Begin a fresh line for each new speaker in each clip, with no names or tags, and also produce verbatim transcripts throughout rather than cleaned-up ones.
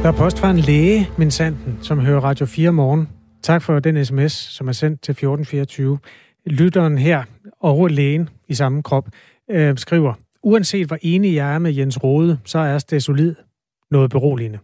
Der er post fra en læge, min sanden, som hører Radio fire morgen. Tak for den sms, som er sendt til fjorten fireogtyve. Lytteren her, og lægen i samme krop, øh, skriver, uanset hvor enig jeg er med Jens Rohde, så er det solid noget beroligende.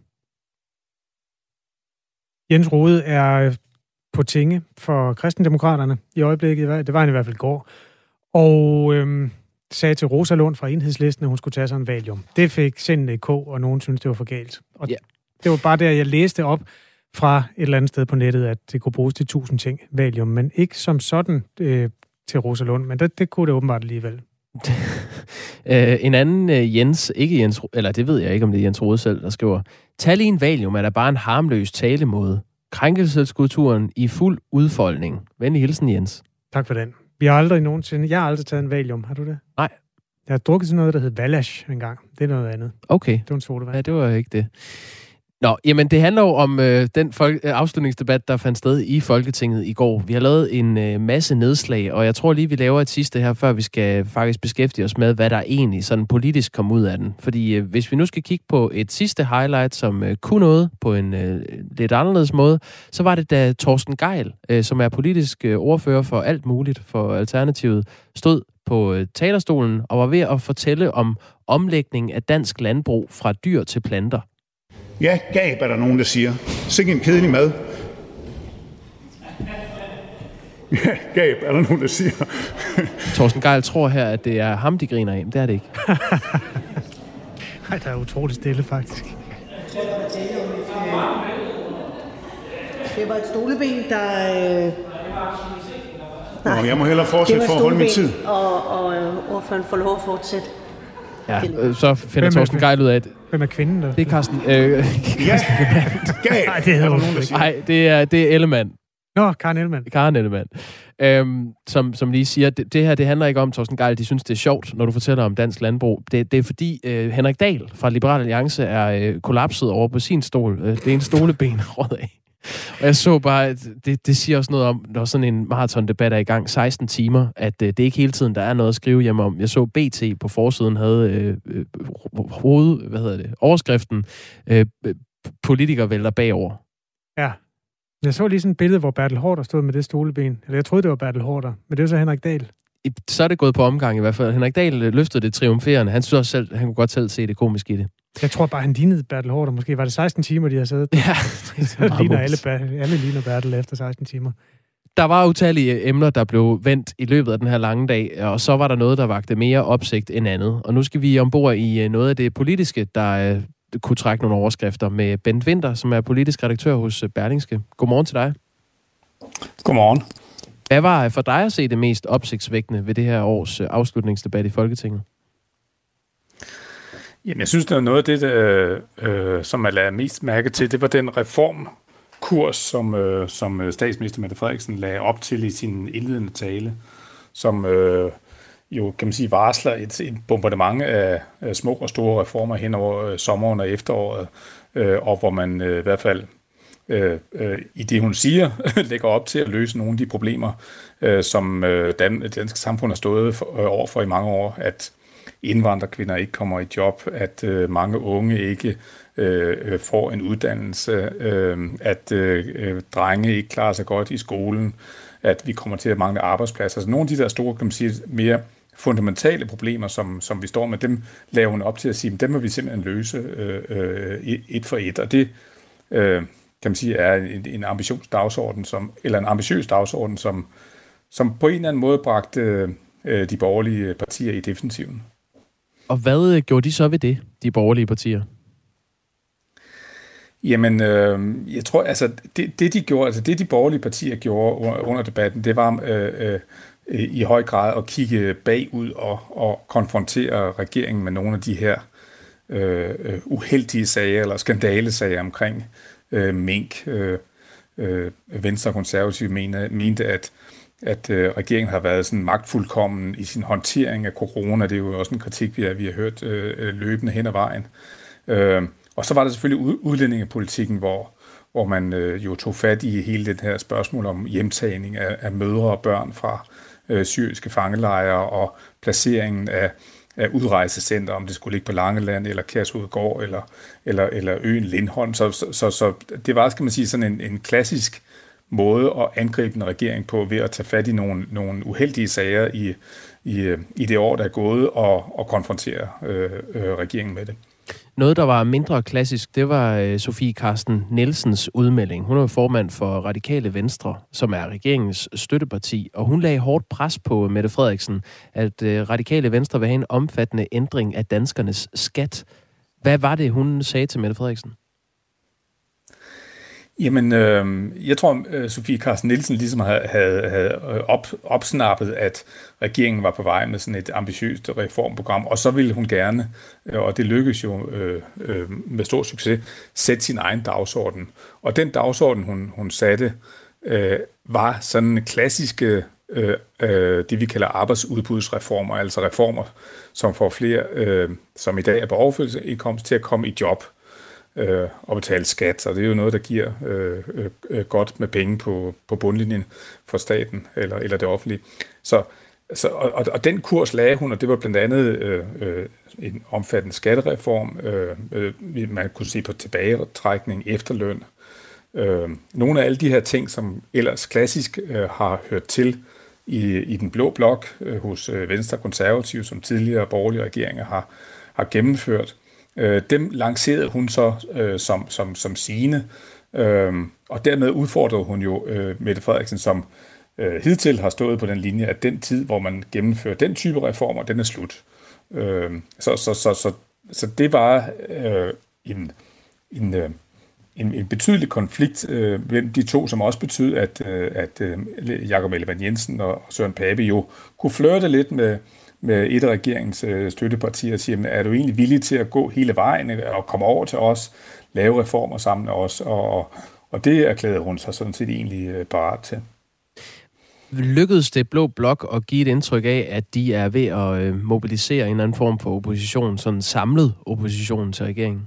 Jens Rohde er på tinge for Kristendemokraterne i øjeblikket. Det var han i hvert fald i går. Og øhm, sagde til Rosa Lund fra Enhedslisten, at hun skulle tage sig en valium. Det fik sindende i K, og nogen synes det var for galt. Og yeah. Det var bare der, jeg læste op fra et eller andet sted på nettet, at det kunne bruges til tusind ting, valium, men ikke som sådan øh, til Rosa Lund, men det, det kunne det åbenbart alligevel.
øh, en anden øh, Jens, ikke Jens, eller det ved jeg ikke, om det er Jens Rohde selv, der skriver, tag lige en valium er da bare en harmløs talemåde. Krænkelseskulturen i fuld udfoldning. Venlig hilsen, Jens.
Tak for den. Vi har aldrig nogensinde, jeg har aldrig taget en valium, har du det?
Nej.
Jeg har drukket sådan noget, der hed Valash engang. Det er noget andet.
Okay.
Det var en sodavand.
Ja, det var ikke det. Nå, jamen det handler jo om øh, den folk- afslutningsdebat, der fandt sted i Folketinget i går. Vi har lavet en øh, masse nedslag, og jeg tror lige, vi laver et sidste her, før vi skal faktisk beskæftige os med, hvad der egentlig sådan politisk kom ud af den. Fordi øh, hvis vi nu skal kigge på et sidste highlight, som øh, kunne noget på en øh, lidt anderledes måde, så var det da Torsten Gejl, øh, som er politisk øh, ordfører for alt muligt for Alternativet, stod på øh, talerstolen og var ved at fortælle om omlægning af dansk landbrug fra dyr til planter.
Ja, gab er der nogen, der siger. Sikke en kedelig mad. Ja, gab er der nogen, der siger.
Torsten Gejl tror her, at det er ham, de griner af, men det er det ikke.
Nej, der er utroligt stille, faktisk.
Det var et stoleben, der... Øh...
Nej, Nå, jeg må hellere fortsætte for at holde min tid.
Og, og øh, ordføreren får lov at fortsætte.
Ja, øh, så finder Torsten Gejl ud af, at
hvem er kvinden der?
det er Carsten. Øh, ja,
Nej, det hedder nogen, der
Nej, det er, det er Ellemann.
Nå, Karen Ellemann.
Karen Ellemann. Øhm, som, som lige siger, det, det her, det handler ikke om, Torsten Gejl, de synes, det er sjovt, når du fortæller om dansk landbrug. Det, det er fordi, øh, Henrik Dahl fra Liberal Alliance er øh, kollapset over på sin stol. Øh, det er en stoleben råd af. Og jeg så bare, at det, det siger også noget om, når sådan en maratondebat er i gang, seksten timer, at øh, det er ikke hele tiden, der er noget at skrive hjemme om. Jeg så B T på forsiden havde øh, øh, hoved, hvad hedder det, overskriften, øh, politikere vælter bagover.
Ja. Jeg så lige sådan et billede, hvor Bertel Haarder stod med det stoleben. Eller jeg troede, det var Bertel Haarder, men det var så Henrik Dahl.
Så er det gået på omgang i hvert fald. Henrik Dahl løftede det triumferende. Han synes også selv, han kunne godt selv se det komiske i det.
Jeg tror bare, han lignede Bertel Haarder. Måske var det seksten timer, de har siddet.
Ja.
Så ligner alle, alle ligner Bertel efter seksten timer.
Der var utallige emner, der blev vendt i løbet af den her lange dag, og så var der noget, der vagte mere opsigt end andet. Og nu skal vi ombord i noget af det politiske, der kunne trække nogle overskrifter med Bent Winther, som er politisk redaktør hos Berlingske. Godmorgen til dig.
Godmorgen.
Hvad var for dig at se det mest opsigtsvækkende ved det her års afslutningsdebat i Folketinget?
Jamen, jeg synes, det var noget af det, der, øh, som jeg lagde mest mærke til. Det var den reformkurs, som, øh, som statsminister Mette Frederiksen lagde op til i sin indledende tale, som øh, jo, kan man sige, varsler et, et bombardement af, af små og store reformer hen over øh, sommeren og efteråret, øh, og hvor man øh, i hvert fald øh, øh, i det, hun siger, lægger op til at løse nogle af de problemer, øh, som øh, dan, det danske samfund har stået for, øh, over for i mange år, at indvandrerkvinder ikke kommer i job, at øh, mange unge ikke øh, får en uddannelse, øh, at øh, drenge ikke klarer sig godt i skolen, at vi kommer til at mangle arbejdspladser. Altså nogle af de der store, kan man sige, mere fundamentale problemer, som, som vi står med, dem laver hun op til at sige, dem må vi simpelthen løse øh, et for et. Og det øh, kan man sige er en, en ambitionsdagsorden, som, eller en ambitiøs dagsorden, som, som på en eller anden måde bragte øh, de borgerlige partier i defensiven.
Og hvad gjorde de så ved det, de borgerlige partier?
Jamen, øh, jeg tror, altså, det, det de gjorde, altså det de borgerlige partier gjorde under, under debatten, det var øh, øh, i høj grad at kigge bagud og, og konfrontere regeringen med nogle af de her øh, uheldige sager eller skandalesager omkring øh, mink. Øh, øh, Venstre og Konservative mente, mente at at øh, regeringen har været sådan magtfuldkommen i sin håndtering af corona. Det er jo også en kritik, vi har, vi har hørt øh, løbende hen ad vejen. Øh, og så var der selvfølgelig udlændingepolitikken, hvor, hvor man øh, jo tog fat i hele det her spørgsmål om hjemtagning af, af mødre og børn fra øh, syriske fangelejre og placeringen af, af udrejsecenter, om det skulle ligge på Langeland, eller Kærshovedgård, eller, eller, eller øen Lindholm. Så, så, så, så det var, skal man sige, sådan en, en klassisk måde at angribe en regering på, ved at tage fat i nogle, nogle uheldige sager i, i, i det år, der er gået, og, og konfrontere øh, øh, regeringen med det.
Noget, der var mindre klassisk, det var øh, Sofie Carsten Nielsens udmelding. Hun er formand for Radikale Venstre, som er regeringens støtteparti, og hun lagde hårdt pres på Mette Frederiksen, at øh, Radikale Venstre vil have en omfattende ændring af danskernes skat. Hvad var det, hun sagde til Mette Frederiksen?
Jamen, øh, jeg tror, øh, Sofie Carsten Nielsen ligesom havde, havde, havde op, opsnappet, at regeringen var på vej med sådan et ambitiøst reformprogram, og så ville hun gerne, øh, og det lykkedes jo øh, øh, med stor succes, sætte sin egen dagsorden. Og den dagsorden, hun, hun satte, øh, var sådan klassiske, øh, øh, det vi kalder arbejdsudbudsreformer, altså reformer, som får flere, øh, som i dag er på overførselsindkomst, til at komme i job øh, og betale skat, og det er jo noget, der giver øh, øh, godt med penge på, på bundlinjen for staten eller, eller det offentlige. Så, så, og, og den kurs lagde hun, og det var blandt andet øh, øh, en omfattende skattereform, øh, øh, man kunne se på tilbagetrækning, efterløn, øh, nogle af alle de her ting, som ellers klassisk øh, har hørt til i, i den blå blok øh, hos øh, Venstre Konservative, som tidligere borgerlige regeringer har, har gennemført. Øh, dem lancerede hun så øh, som, som, som sine, øh, og dermed udfordrede hun jo øh, Mette Frederiksen, som øh, hidtil har stået på den linje, at den tid, hvor man gennemfører den type reformer, den er slut. Øh, så, så, så, så, så det var øh, en, en, øh, en, en betydelig konflikt øh, mellem de to, som også betød, at, øh, at øh, Jakob Ellemann-Jensen og Søren Pape jo kunne flirte lidt med med et af regeringens øh, støttepartier og siger, er du egentlig villig til at gå hele vejen og komme over til os, lave reformer sammen med os, og, og det erklærede hun sig sådan set egentlig øh, parat til.
Lykkedes det Blå Blok at give et indtryk af, at de er ved at øh, mobilisere en eller anden form for opposition, sådan en samlet opposition til regeringen?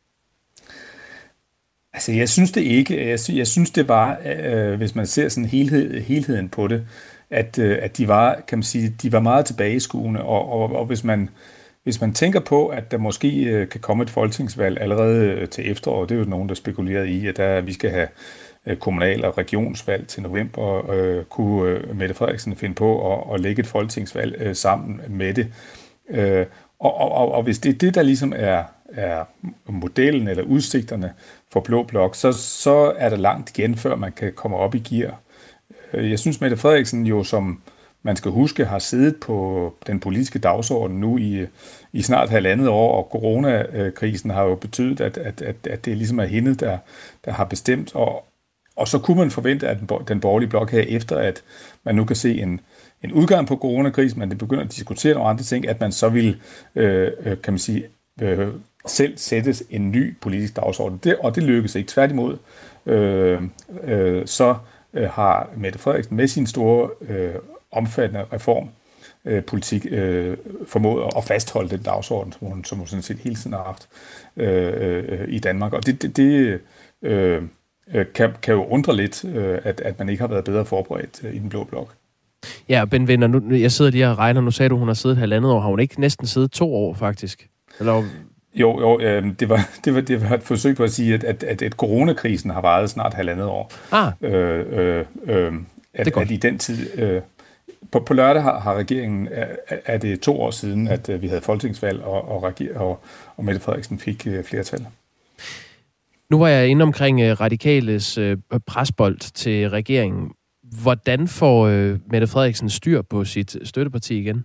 Altså, jeg synes det ikke. Jeg synes, jeg synes det var, øh, hvis man ser sådan helhed, helheden på det, at, at de var, kan man sige, de var meget tilbageskuende, og, og, og hvis, man, hvis man tænker på, at der måske kan komme et folketingsvalg allerede til efteråret, det er jo nogen, der spekulerede i, at der, vi skal have kommunal- og regionsvalg til november, og kunne Mette Frederiksen finde på at, at lægge et folketingsvalg sammen med det. Og, og, og hvis det er det, der ligesom er, er modellen eller udsigterne for Blå Blok, så, så er der langt igen, før man kan komme op i gear. Jeg synes, Mette Frederiksen jo, som man skal huske, har siddet på den politiske dagsorden nu i, i snart halvandet år, og coronakrisen har jo betydet, at, at, at, at det ligesom er hende, der, der har bestemt. Og, og så kunne man forvente, at den borgerlige blok her, efter at man nu kan se en, en udgang på coronakrisen, men det begynder at diskutere nogle andre ting, at man så vil, øh, kan man sige, øh, selv sættes en ny politisk dagsorden. Det, og det lykkes ikke. Tværtimod, øh, øh, så har Mette Frederiksen med sin store, øh, omfattende reformpolitik øh, formået at fastholde den dagsorden, som hun, som hun sådan set hele tiden har haft øh, øh, i Danmark. Og det, det, det øh, kan, kan jo undre lidt, øh, at, at man ikke har været bedre forberedt øh, i den blå blok.
Ja, Ben Winther, nu, jeg sidder lige og regner. Nu sagde du, hun har siddet halvandet år. Har hun ikke næsten siddet to år, faktisk? Eller...
Jo, jo øh, det, var, det, var, det var et forsøg på at sige, at, at, at, at coronakrisen har varet snart halvandet år.
Ah,
øh, øh, øh, at, at i den tid... Øh, på, på lørdag har, har regeringen... Er, er det to år siden, at øh, vi havde folketingsvalg, og, og, og, og Mette Frederiksen fik øh, flertal.
Nu var jeg inde omkring øh, Radikales øh, presbold til regeringen. Hvordan får øh, Mette Frederiksen styr på sit støtteparti igen?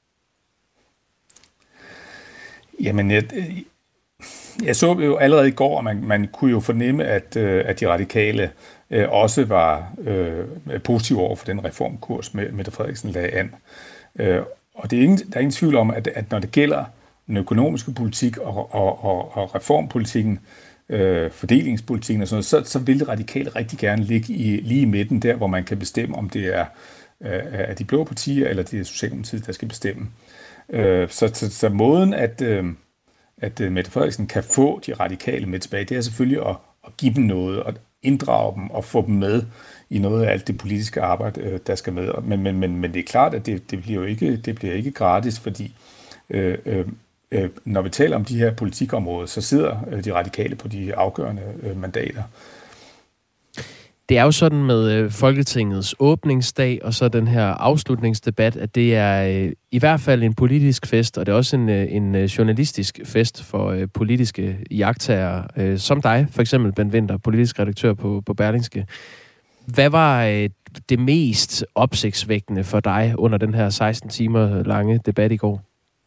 Jamen, jeg, jeg så jo allerede i går, at man, man kunne jo fornemme, at, at de radikale øh, også var øh, positive over for den reformkurs, Mette Frederiksen lagde an. Øh, og det er ingen, der er ingen tvivl om, at, at når det gælder den økonomiske politik og, og, og, og reformpolitikken, øh, fordelingspolitikken og sådan noget, så, så vil det radikale rigtig gerne ligge i, lige i midten der, hvor man kan bestemme, om det er, øh, er de blå partier eller det er Socialdemokratiet, der skal bestemme. Så, så, så måden, at, at Mette Frederiksen kan få de radikale med tilbage, det er selvfølgelig at, at give dem noget, og inddrage dem og få dem med i noget af alt det politiske arbejde, der skal med. Men, men, men, men det er klart, at det, det, bliver jo ikke, det bliver ikke gratis, fordi
øh, øh, øh, når vi taler om de her politikområder, så sidder øh, de radikale på de afgørende øh, mandater.
Det er jo sådan med øh, Folketingets åbningsdag og så den her afslutningsdebat, at det er øh, i hvert fald en politisk fest, og det er også en, øh, en øh, journalistisk fest for øh, politiske iagttagere, øh, som dig, for eksempel Ben Winther, politisk redaktør på, på Berlingske. Hvad var øh, det mest opsigtsvækkende for dig under den her seksten timer lange debat i går?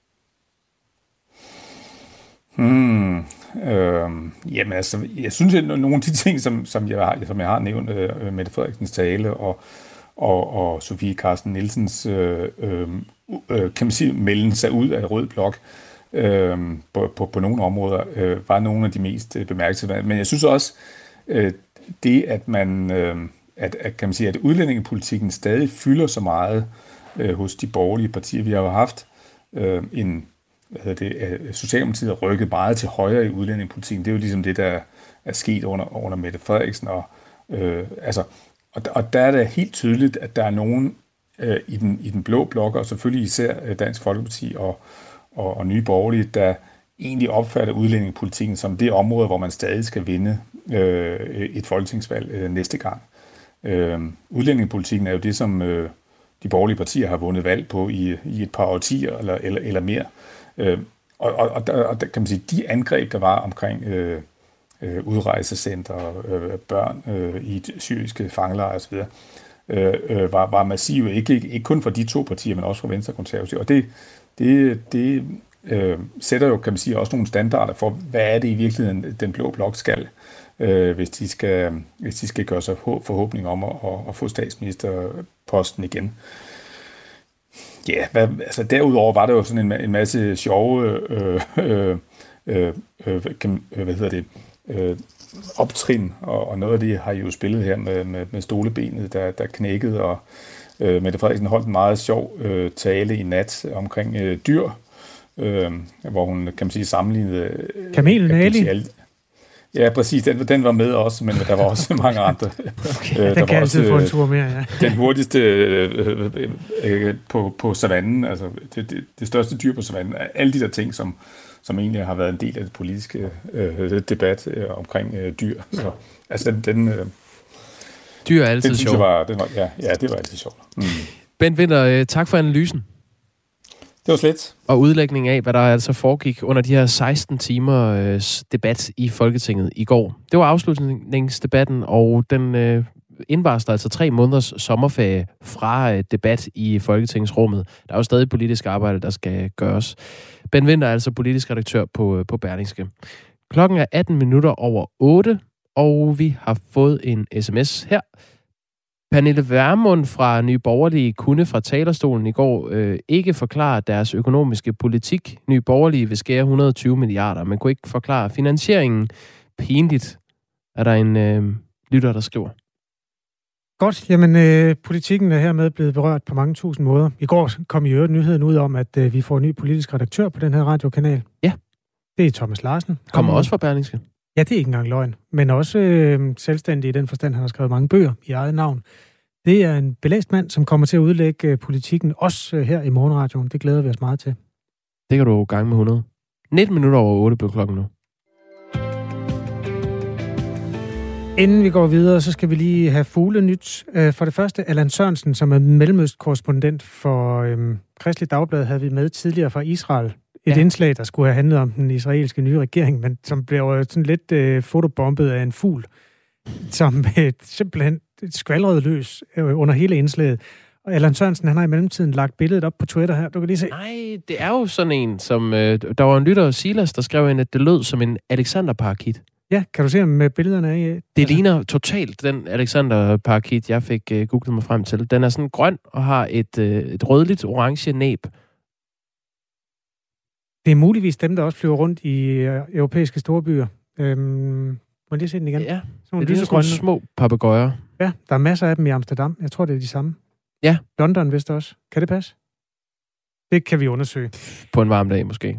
Hmm, øh, jamen altså, jeg synes, at nogle af de ting, som, som, jeg, har, som jeg har nævnt, øh, Mette Frederiksens tale og, og, og Sofie Carsten Nielsens, øh, øh, kan man sige, melden sig ud af Rød Blok øh, på, på, på nogle områder, øh, var nogle af de mest bemærkelsesværdige. Men jeg synes også, øh, det, at man, øh, at, at, kan man sige, at udlændingepolitikken stadig fylder så meget øh, hos de borgerlige partier. Vi har jo haft øh, en hvad det, Socialdemokratiet er rykket meget til højre i udlændingepolitikken. Det er jo ligesom det, der er sket under, under Mette Frederiksen. Og, øh, altså, og, og der er det helt tydeligt, at der er nogen øh, i, den, i den blå blok, og selvfølgelig især Dansk Folkeparti og, og, og Nye Borgerlige, der egentlig opfatter udlændingepolitikken som det område, hvor man stadig skal vinde øh, et folketingsvalg øh, næste gang. Øh, udlændingepolitikken er jo det, som øh, de borgerlige partier har vundet valg på i, i et par årtier eller, eller, eller mere. Øh, og, og, og, der, og der kan man sige, de angreb, der var omkring øh, øh, udrejsecenter, øh, børn øh, i syriske fangelejre osv., øh, øh, var, var massive, ikke, ikke, ikke kun for de to partier, men også for Venstre og Konservative. Og det, det, det øh, sætter jo, kan man sige, også nogle standarder for, hvad er det i virkeligheden, den blå blok skal, øh, hvis, de skal hvis de skal gøre sig forhåbning om at, at, at få statsministerposten igen. Ja, hvad, altså derudover var der jo sådan en, en masse sjove øh, øh, øh, øh, hvad hedder det, øh, optrin, og, og noget af det har I jo spillet her med, med, med stolebenet, der, der knækkede, og øh, Mette Frederiksen holdt en meget sjov øh, tale i nat omkring øh, dyr, øh, hvor hun, kan man sige, sammenlignede... Øh,
Kamelen Ali?
Ja, præcis. Den, den var med også, men der var også mange andre.
Okay, øh, der den kan altid også, få en tur mere, ja.
Den hurtigste øh, øh, øh, på, på savannen, altså det, det, det største dyr på savannen, alle de der ting, som, som egentlig har været en del af det politiske øh, debat øh, omkring øh, dyr. Så, altså den... den øh,
dyr er altid sjovt.
Var, den var, ja, ja, det var altid sjovt. Mm.
Ben Winther, tak for analysen.
Det var slet.
Og udlægning af, hvad der altså foregik under de her seksten timers debat i Folketinget i går. Det var afslutningsdebatten, og den øh, indvarsler altså tre måneders sommerferie fra øh, debat i Folketingsrummet. Der er jo stadig politisk arbejde, der skal gøres. Ben Winther er altså politisk redaktør på, øh, på Berlingske. Klokken er atten minutter over otte, og vi har fået en sms her. Pernille Vermund fra Nye Borgerlige kunne fra talerstolen i går øh, ikke forklare deres økonomiske politik. Nye Borgerlige vil skære et hundrede og tyve milliarder, men kunne ikke forklare finansieringen. Pinligt, er der en øh, lytter, der skriver.
Godt, jamen øh, politikken er hermed blevet berørt på mange tusind måder. I går kom i øvrigt nyheden ud om, at øh, vi får en ny politisk redaktør på den her radiokanal.
Ja.
Det er Thomas Larsen.
Kommer også fra Berlingske.
Ja, det er ikke engang løgn, men også øh, selvstændig i den forstand, han har skrevet mange bøger i eget navn. Det er en belæst mand, som kommer til at udlægge øh, politikken, også øh, her i morgenradioen. Det glæder vi os meget til.
Det kan du gange med hundrede. nitten minutter over otte blev klokken nu.
Inden vi går videre, så skal vi lige have fuglenyt. For det første, Allan Sørensen, som er mellemøstkorrespondent for øh, Kristeligt Dagblad, havde vi med tidligere fra Israel. Et ja. indslag, der skulle have handlet om den israelske nye regering, men som blev sådan lidt øh, fotobombet af en fugl, som øh, simpelthen skvalrede løs øh, under hele indslaget. Og Allan Sørensen, han har i mellemtiden lagt billedet op på Twitter her. Du kan lige se.
Nej, det er jo sådan en, som... Øh, der var en lytter, Silas, der skrev ind, at det lød som en Alexander-parakit.
Ja, kan du se med billederne af?
Det altså ligner totalt den Alexander-parakit, jeg fik øh, googlet mig frem til. Den er sådan grøn og har et, øh, et rødligt orange næb.
Det er muligvis dem, der også flyver rundt i øh, europæiske storbyer. Øhm, må jeg lige se den igen?
Ja, det er sådan små papegøjer.
Ja, der er masser af dem i Amsterdam. Jeg tror, det er de samme.
Ja.
London vist også. Kan det passe? Det kan vi undersøge.
På en varm dag måske.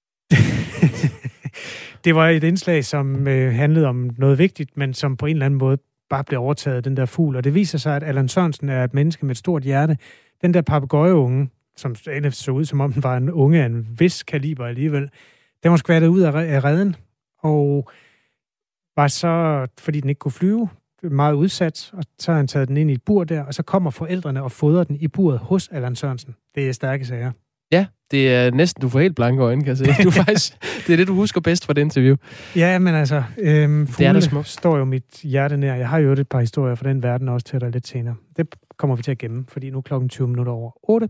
Det var et indslag, som øh, handlede om noget vigtigt, men som på en eller anden måde bare blev overtaget af den der fugl. Og det viser sig, at Allan Sørensen er et menneske med et stort hjerte. Den der papegøjeunge, som så ud, som om den var en unge af en vis kaliber alligevel, den var skvattet ud af redden, og var så, fordi den ikke kunne flyve, meget udsat, og så har han taget den ind i et bur der, og så kommer forældrene og fodrer den i buret hos Allan Sørensen. Det er stærke sager.
Ja, det er næsten, du får helt blanke øjne, kan jeg se. Du faktisk, det er det, du husker bedst fra det interview.
Ja, men altså, øhm,
det er det
står jo mit hjerte nær. Jeg har jo et par historier fra den verden også til dig lidt senere. Det kommer vi til at gemme, fordi nu er klokken tyve minutter over otte.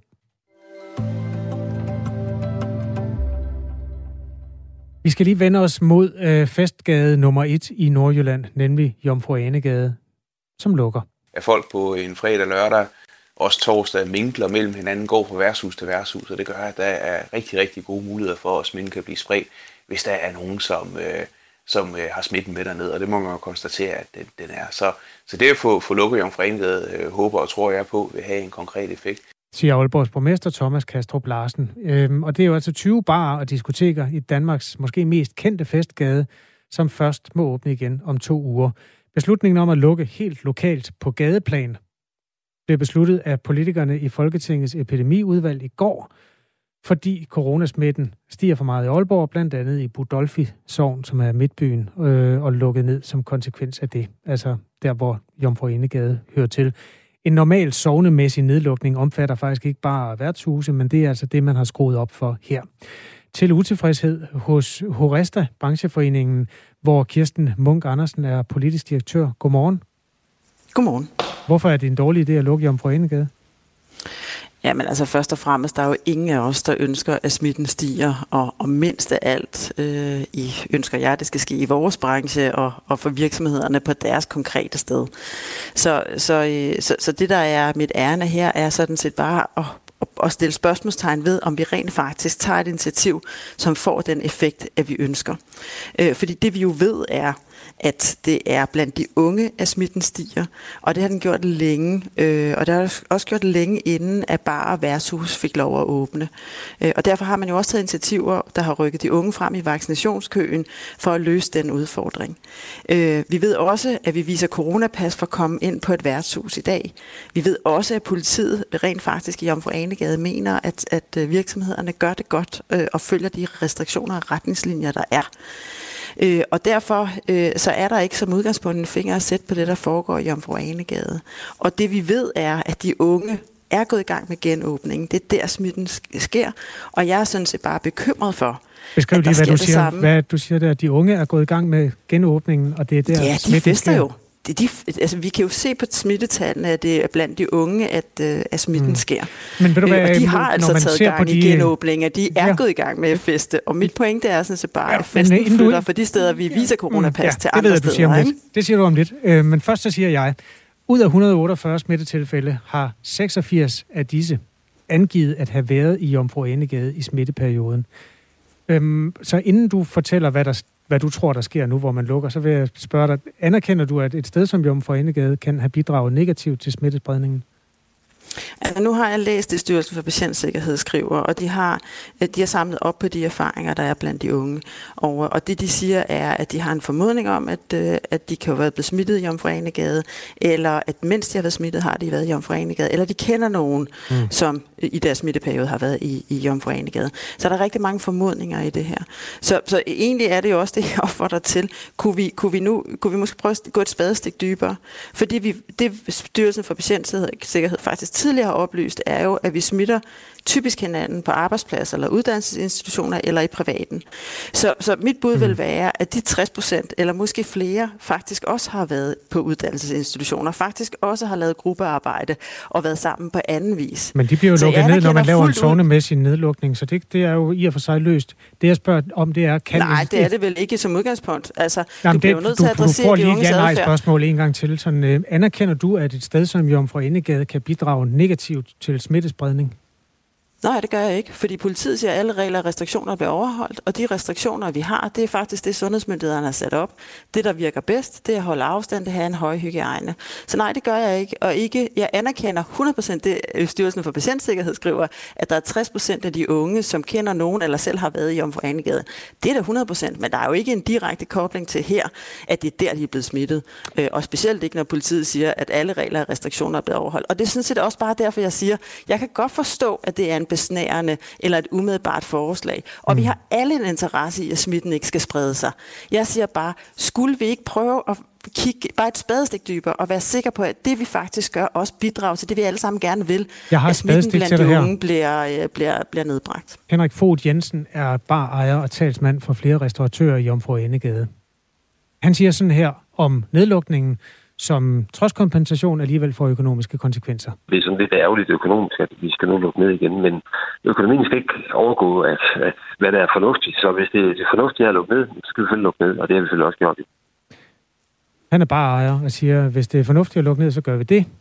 Vi skal lige vende os mod øh, festgade nummer et i Nordjylland, nemlig Jomfru Ane Gade, som lukker.
At folk på en fredag lørdag, også torsdag, minkler mellem hinanden, går fra værtshus til værtshus, og det gør, at der er rigtig, rigtig gode muligheder for, at smitten kan blive spredt, hvis der er nogen, som, øh, som øh, har smitten med dernede, og det må man jo konstatere, at den, den er. Så, så det at få, få lukket Jomfru Ane Gade, øh, håber og tror jeg på, vil have en konkret effekt.
Siger Aalborgs borgmester Thomas Kastrup Larsen. Øhm, og det er jo altså tyve barer og diskoteker i Danmarks måske mest kendte festgade, som først må åbne igen om to uger. Beslutningen om at lukke helt lokalt på gadeplan blev besluttet af politikerne i Folketingets epidemiudvalg i går, fordi coronasmitten stiger for meget i Aalborg, blandt andet i Budolfi Sogn, som er midtbyen, øh, og lukket ned som konsekvens af det. Altså der, hvor Jomfru Ane Gade hører til. En normal sognemæssig nedlukning omfatter faktisk ikke bare værtshuse, men det er altså det, man har skruet op for her. Til utilfredshed hos Horesta, brancheforeningen, hvor Kirsten Munk Andersen er politisk direktør. Godmorgen.
Godmorgen.
Hvorfor er det en dårlig idé at lukke Jomfru Ane Gade?
Jamen altså først og fremmest, der er jo ingen af os, der ønsker, at smitten stiger, og, og mindst af alt øh, I ønsker jeg, at det skal ske i vores branche og, og for virksomhederne på deres konkrete sted. Så, så, øh, så, så det, der er mit ærne her, er sådan set bare at, at stille spørgsmålstegn ved, om vi rent faktisk tager et initiativ, som får den effekt, at vi ønsker. Øh, fordi det vi jo ved er, at det er blandt de unge, at smitten stiger, og det har den gjort længe, øh, og det har også gjort længe inden, at bare værtshus fik lov at åbne. Øh, og derfor har man jo også taget initiativer, der har rykket de unge frem i vaccinationskøen for at løse den udfordring. Øh, vi ved også, at vi viser coronapas for at komme ind på et værtshus i dag. Vi ved også, at politiet rent faktisk i Jomfru Ane Gade mener, at, at virksomhederne gør det godt øh, og følger de restriktioner og retningslinjer, der er. Øh, og derfor øh, så er der ikke som udgangspunkt en finger at sætte på det, der foregår i Jomfru Ane Gade. Og det vi ved er, at de unge er gået i gang med genåbningen. Det er der smitten sker, og jeg er sådan set bare bekymret for,
Beskriv lige, hvad du siger. Hvad du siger der, at de unge er gået i gang med genåbningen, og det er der
ja, de fester jo. De, de, altså, vi kan jo se på smittetallene, at det er blandt de unge, at, uh, at smitten mm. sker.
Men ved du hvad,
øh, og de har altså taget gang
de,
i genåbninger. De er
ja.
gået i gang med at feste. Og mit pointe er sådan set bare, at festen ja, flytter du... for de steder, vi viser coronapas ja, til andre
steder.
Det,
ikke? Det siger du om lidt. Øh, men først så siger jeg, ud af et hundrede og otteogfyrre smittetilfælde har seksogfirs af disse angivet at have været i Jomfru Ane Gade i smitteperioden. Øhm, så inden du fortæller, hvad der hvad du tror, der sker nu, hvor man lukker, så vil jeg spørge dig, anerkender du, at et sted som Jomfru Ane Gade kan have bidraget negativt til smittespredningen?
Altså, nu har jeg læst det, Styrelsen for Patientsikkerhed skriver, og de har, de har samlet op på de erfaringer, der er blandt de unge. Og, og det, de siger, er, at de har en formodning om, at, at de kan have været blevet smittet i Jomfru Ane Gade, eller at mens de har været smittet, har de været i Jomfru Ane Gade, eller de kender nogen, mm. som i deres smitteperiode har været i, i Jomfru Ane Gade. Så der er rigtig mange formodninger i det her. Så, så egentlig er det jo også det, jeg opfordrer til. Kunne vi, kunne vi nu kunne vi måske prøve at gå et spadestik dybere? Fordi vi, det Styrelsen for Patientsikkerhed faktisk tidligere har oplyst, er jo, at vi smitter typisk hinanden på arbejdspladser eller uddannelsesinstitutioner eller i privaten. Så, så mit bud vil være, at de tres procent eller måske flere faktisk også har været på uddannelsesinstitutioner, faktisk også har lavet gruppearbejde og været sammen på anden vis.
Men de bliver jo lukket ned, når man laver en sognemæssig nedlukning, så det, det er jo i og for sig løst. Det jeg spørger om, det er... Kan
Nej, det er det vel ikke som udgangspunkt. Altså,
Jamen,
du bliver
det,
jo nødt
du,
til at adressere
du får
de
lige
unges
et
adfærd.
ja-nej-spørgsmål en gang til. Sådan, øh, anerkender du, at et sted som Jomfru Ane Gade kan bidrage negativt til smittespredning?
Nej, det gør jeg ikke, fordi politiet siger, at alle regler og restriktioner bliver overholdt, og de restriktioner, vi har, det er faktisk det, sundhedsmyndighederne har sat op. Det, der virker bedst, det er at holde afstand, det er en høj hygiejne. Så nej, det gør jeg ikke, og ikke, jeg anerkender hundrede procent det, Styrelsen for Patientsikkerhed skriver, at der er tres procent af de unge, som kender nogen eller selv har været i Jomfru Ane Gade. Det er da hundrede procent, men der er jo ikke en direkte kobling til her, at det er der, de er blevet smittet. Og specielt ikke, når politiet siger, at alle regler og restriktioner er blevet overholdt. Og det er sådan set også bare derfor, jeg siger, jeg kan godt forstå, at det er en besnærende eller et umiddelbart forslag. Og mm. vi har alle en interesse i, at smitten ikke skal sprede sig. Jeg siger bare, skulle vi ikke prøve at kigge bare et spadestik dybere og være sikker på, at det vi faktisk gør, også bidrager til det, vi alle sammen gerne vil, at smitten blandt de unge bliver, bliver, bliver nedbragt.
Henrik Fogh Jensen er barejer og talsmand for flere restauratører i Jomfru Anegade. Han siger sådan her om nedlukningen, som trods kompensation alligevel får økonomiske konsekvenser.
Det er sådan lidt ærgerligt økonomisk, at vi skal nu lukke ned igen, men økonomien skal ikke overgå, at, at hvad der er fornuftigt. Så hvis det er fornuftigt at lukke ned, så skal vi selvfølgelig lukke ned, og det har vi selvfølgelig også gjort.
Han er bare ejer og siger, at hvis det er fornuftigt at lukke ned, så gør vi det.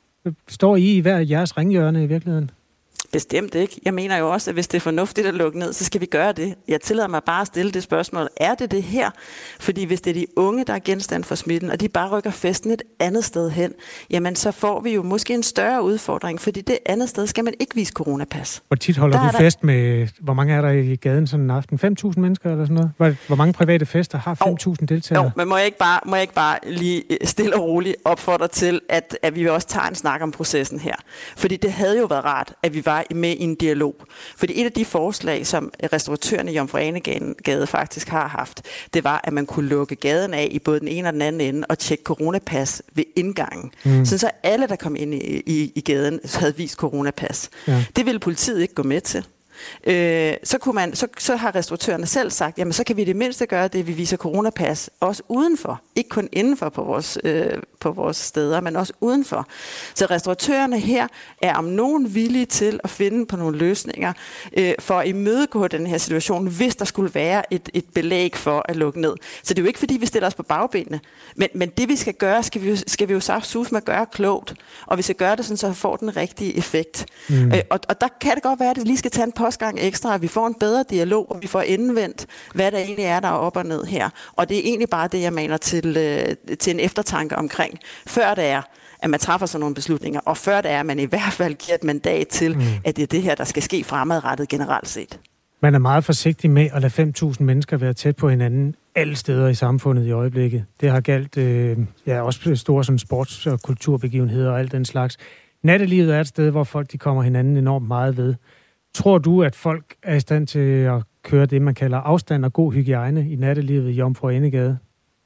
Står I i hver jeres ringhjørne i virkeligheden?
Bestemt ikke. Jeg mener jo også, at hvis det er fornuftigt at lukke ned, så skal vi gøre det. Jeg tillader mig bare at stille det spørgsmål. Er det det her? Fordi hvis det er de unge, der er genstand for smitten, og de bare rykker festen et andet sted hen, jamen så får vi jo måske en større udfordring, fordi det andet sted skal man ikke vise coronapas.
Hvor tit holder der du fest der... med, hvor mange er der i gaden sådan en aften? fem tusind mennesker eller sådan noget? Hvor, hvor mange private fester har fem tusind deltagere?
Jo, men må jeg ikke bare, må jeg ikke bare lige stille og roligt opfordre til, at, at vi også tager en snak om processen her. Fordi det havde jo været rart, at vi var med i en dialog. Fordi et af de forslag, som restauratørerne i Jomfru Anegade faktisk har haft, det var, at man kunne lukke gaden af i både den ene og den anden ende og tjekke coronapas ved indgangen. Mm. Sådan så alle, der kom ind i, i, i gaden, havde vist coronapas. Ja. Det ville politiet ikke gå med til. Øh, så, kunne man, så, så har restauratørerne selv sagt, jamen så kan vi i det mindste gøre det, vi viser coronapas, også udenfor. Ikke kun indenfor på vores, øh, på vores steder, men også udenfor. Så restauratørerne her er om nogen villige til at finde på nogle løsninger øh, for at imødegå den her situation, hvis der skulle være et, et belæg for at lukke ned. Så det er jo ikke fordi, vi stiller os på bagbenene, men, men det vi skal gøre, skal vi jo, skal vi jo saftsus med at gøre klogt, og vi skal gøre det sådan, så vi får den rigtige effekt. Mm. Øh, og, og der kan det godt være, at det lige skal tage en postgang ekstra, at vi får en bedre dialog, og vi får indvendt, hvad der egentlig er, der er op og ned her. Og det er egentlig bare det, jeg mener til, øh, til en eftertanke omkring, før det er, at man træffer sådan nogle beslutninger, og før det er, at man i hvert fald giver et mandat til, mm. at det er det her, der skal ske fremadrettet generelt set. Man er meget forsigtig med at lade fem tusind mennesker være tæt på hinanden alle steder i samfundet i øjeblikket. Det har galt øh, ja, også store sådan sports- og kulturbegivenheder og alt den slags. Nattelivet er et sted, hvor folk de kommer hinanden enormt meget ved. Tror du, at folk er i stand til at køre det, man kalder afstand og god hygiejne i nattelivet i Jomfru Anegade?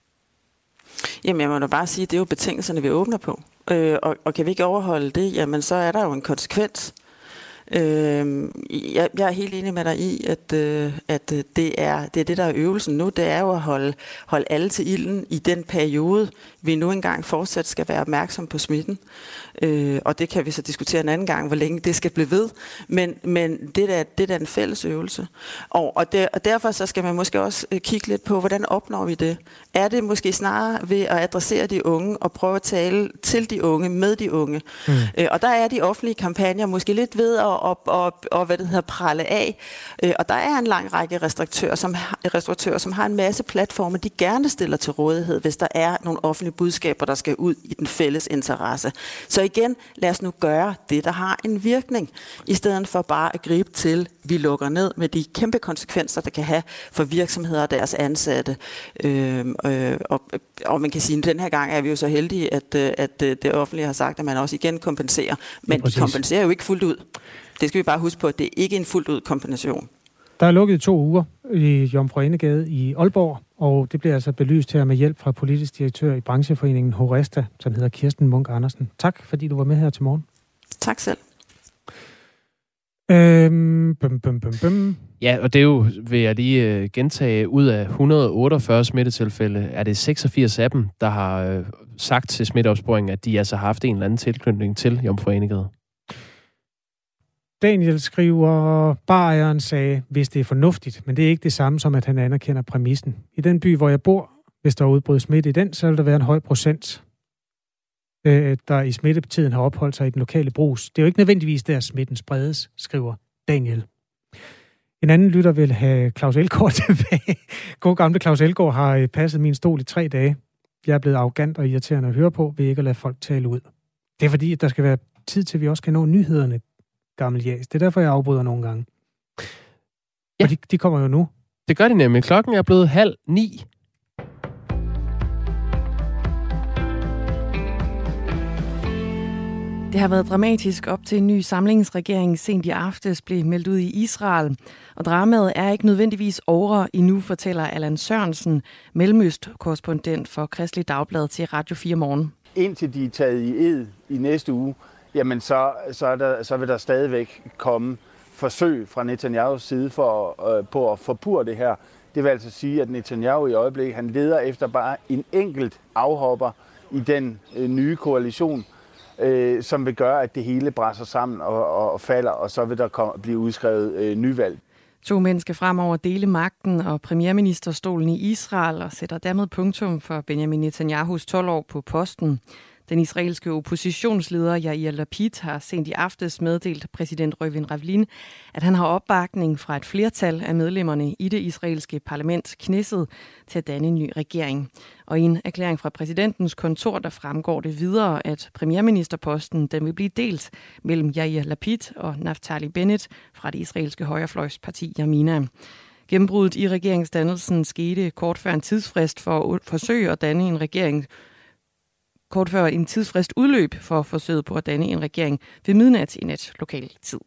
Jamen, jeg må da bare sige, at det er jo betingelserne, vi åbner på. Øh, og, og kan vi ikke overholde det, jamen så er der jo en konsekvens. Øh, jeg, jeg er helt enig med dig i, at, øh, at det, er, det er det, der er øvelsen nu. Det er jo at holde, holde alle til ilden i den periode, vi nu engang fortsat skal være opmærksom på smitten. Øh, og det kan vi så diskutere en anden gang, hvor længe det skal blive ved. Men, men det, der, det er en fælles øvelse. Og, og, der, og derfor så skal man måske også kigge lidt på, hvordan opnår vi det? Er det måske snarere ved at adressere de unge og prøve at tale til de unge, med de unge? Mm. Øh, og der er de offentlige kampagner måske lidt ved at og, og, og, hvad det hedder, pralle af. Øh, og der er en lang række restauratører som, restauratører, som har en masse platforme, de gerne stiller til rådighed, hvis der er nogle offentlige budskaber, der skal ud i den fælles interesse. Så igen, lad os nu gøre det, der har en virkning, i stedet for bare at gribe til, vi lukker ned med de kæmpe konsekvenser, der kan have for virksomheder og deres ansatte. Øh, øh, og, og man kan sige, at den her gang er vi jo så heldige, at, at det offentlige har sagt, at man også igen kompenserer. Men ja, de kompenserer jo ikke fuldt ud. Det skal vi bare huske på, at det ikke er en fuldt ud kompensation. Der er lukket to uger i Jomfru Anegade i Aalborg, og det bliver altså belyst her med hjælp fra politisk direktør i brancheforeningen Horesta, som hedder Kirsten Munk Andersen. Tak, fordi du var med her til morgen. Tak selv. Øhm, bum, bum, bum, bum.
Ja, og det er jo, vil jeg lige øh, gentage, ud af et hundrede og otteogfyrre smittetilfælde, er det seksogfirs af dem, der har øh, sagt til smitteopsporingen, at de altså har haft en eller anden tilknytning til Jomfru Anegade.
Daniel skriver, barejeren sagde, hvis det er fornuftigt, men det er ikke det samme som, at han anerkender præmissen. I den by, hvor jeg bor, hvis der er udbrudt smitte i den, så vil der være en høj procent, øh, der i smittetiden har opholdt sig i den lokale brus. Det er jo ikke nødvendigvis der, smitten spredes, skriver Daniel. En anden lytter vil have Claus Elgaard tilbage. God gamle Claus Elgaard har passet min stol i tre dage. Jeg er blevet arrogant og irriterende at høre på, ved ikke at lade folk tale ud. Det er fordi, at der skal være tid til, at vi også kan nå nyhederne, gammel jas. Det er derfor, jeg afbryder nogle gange. Ja. Og de, de kommer jo nu.
Det gør de nemlig. Klokken er blevet halv ni.
Det Det har været dramatisk op til en ny samlingsregering sent i aftes blev meldt ud i Israel. Og dramaet er ikke nødvendigvis over endnu, fortæller Allan Sørensen, Mellemøst-korrespondent for Kristelig Dagblad til Radio fire Morgen.
Indtil de er taget i ed i næste uge, jamen så, så, er der, så vil der stadigvæk komme forsøg fra Netanyahus side for, øh, på at forpurre det her. Det vil altså sige, at Netanyahu i øjeblikket han leder efter bare en enkelt afhopper i den øh, nye koalition, øh, som vil gøre, at det hele brænder sammen og, og, og falder, og så vil der komme, blive udskrevet øh, nyvalg.
To mænd skal fremover dele magten og premierministerstolen i Israel og sætter dermed punktum for Benjamin Netanyahus tolv år på posten. Den israelske oppositionsleder Yair Lapid har sent i aftes meddelt præsident Reuven Rivlin, at han har opbakning fra et flertal af medlemmerne i det israelske parlament Knesset til at danne en ny regering. Og i en erklæring fra præsidentens kontor, der fremgår det videre, at premierministerposten den vil blive delt mellem Yair Lapid og Naftali Bennett fra det israelske højrefløjsparti Yamina. Gennembruddet i regeringsdannelsen skete kort før en tidsfrist for at forsøge at danne en regering kort før en tidsfrist udløb for forsøget på at danne en regering ved midnat i nat lokal tid.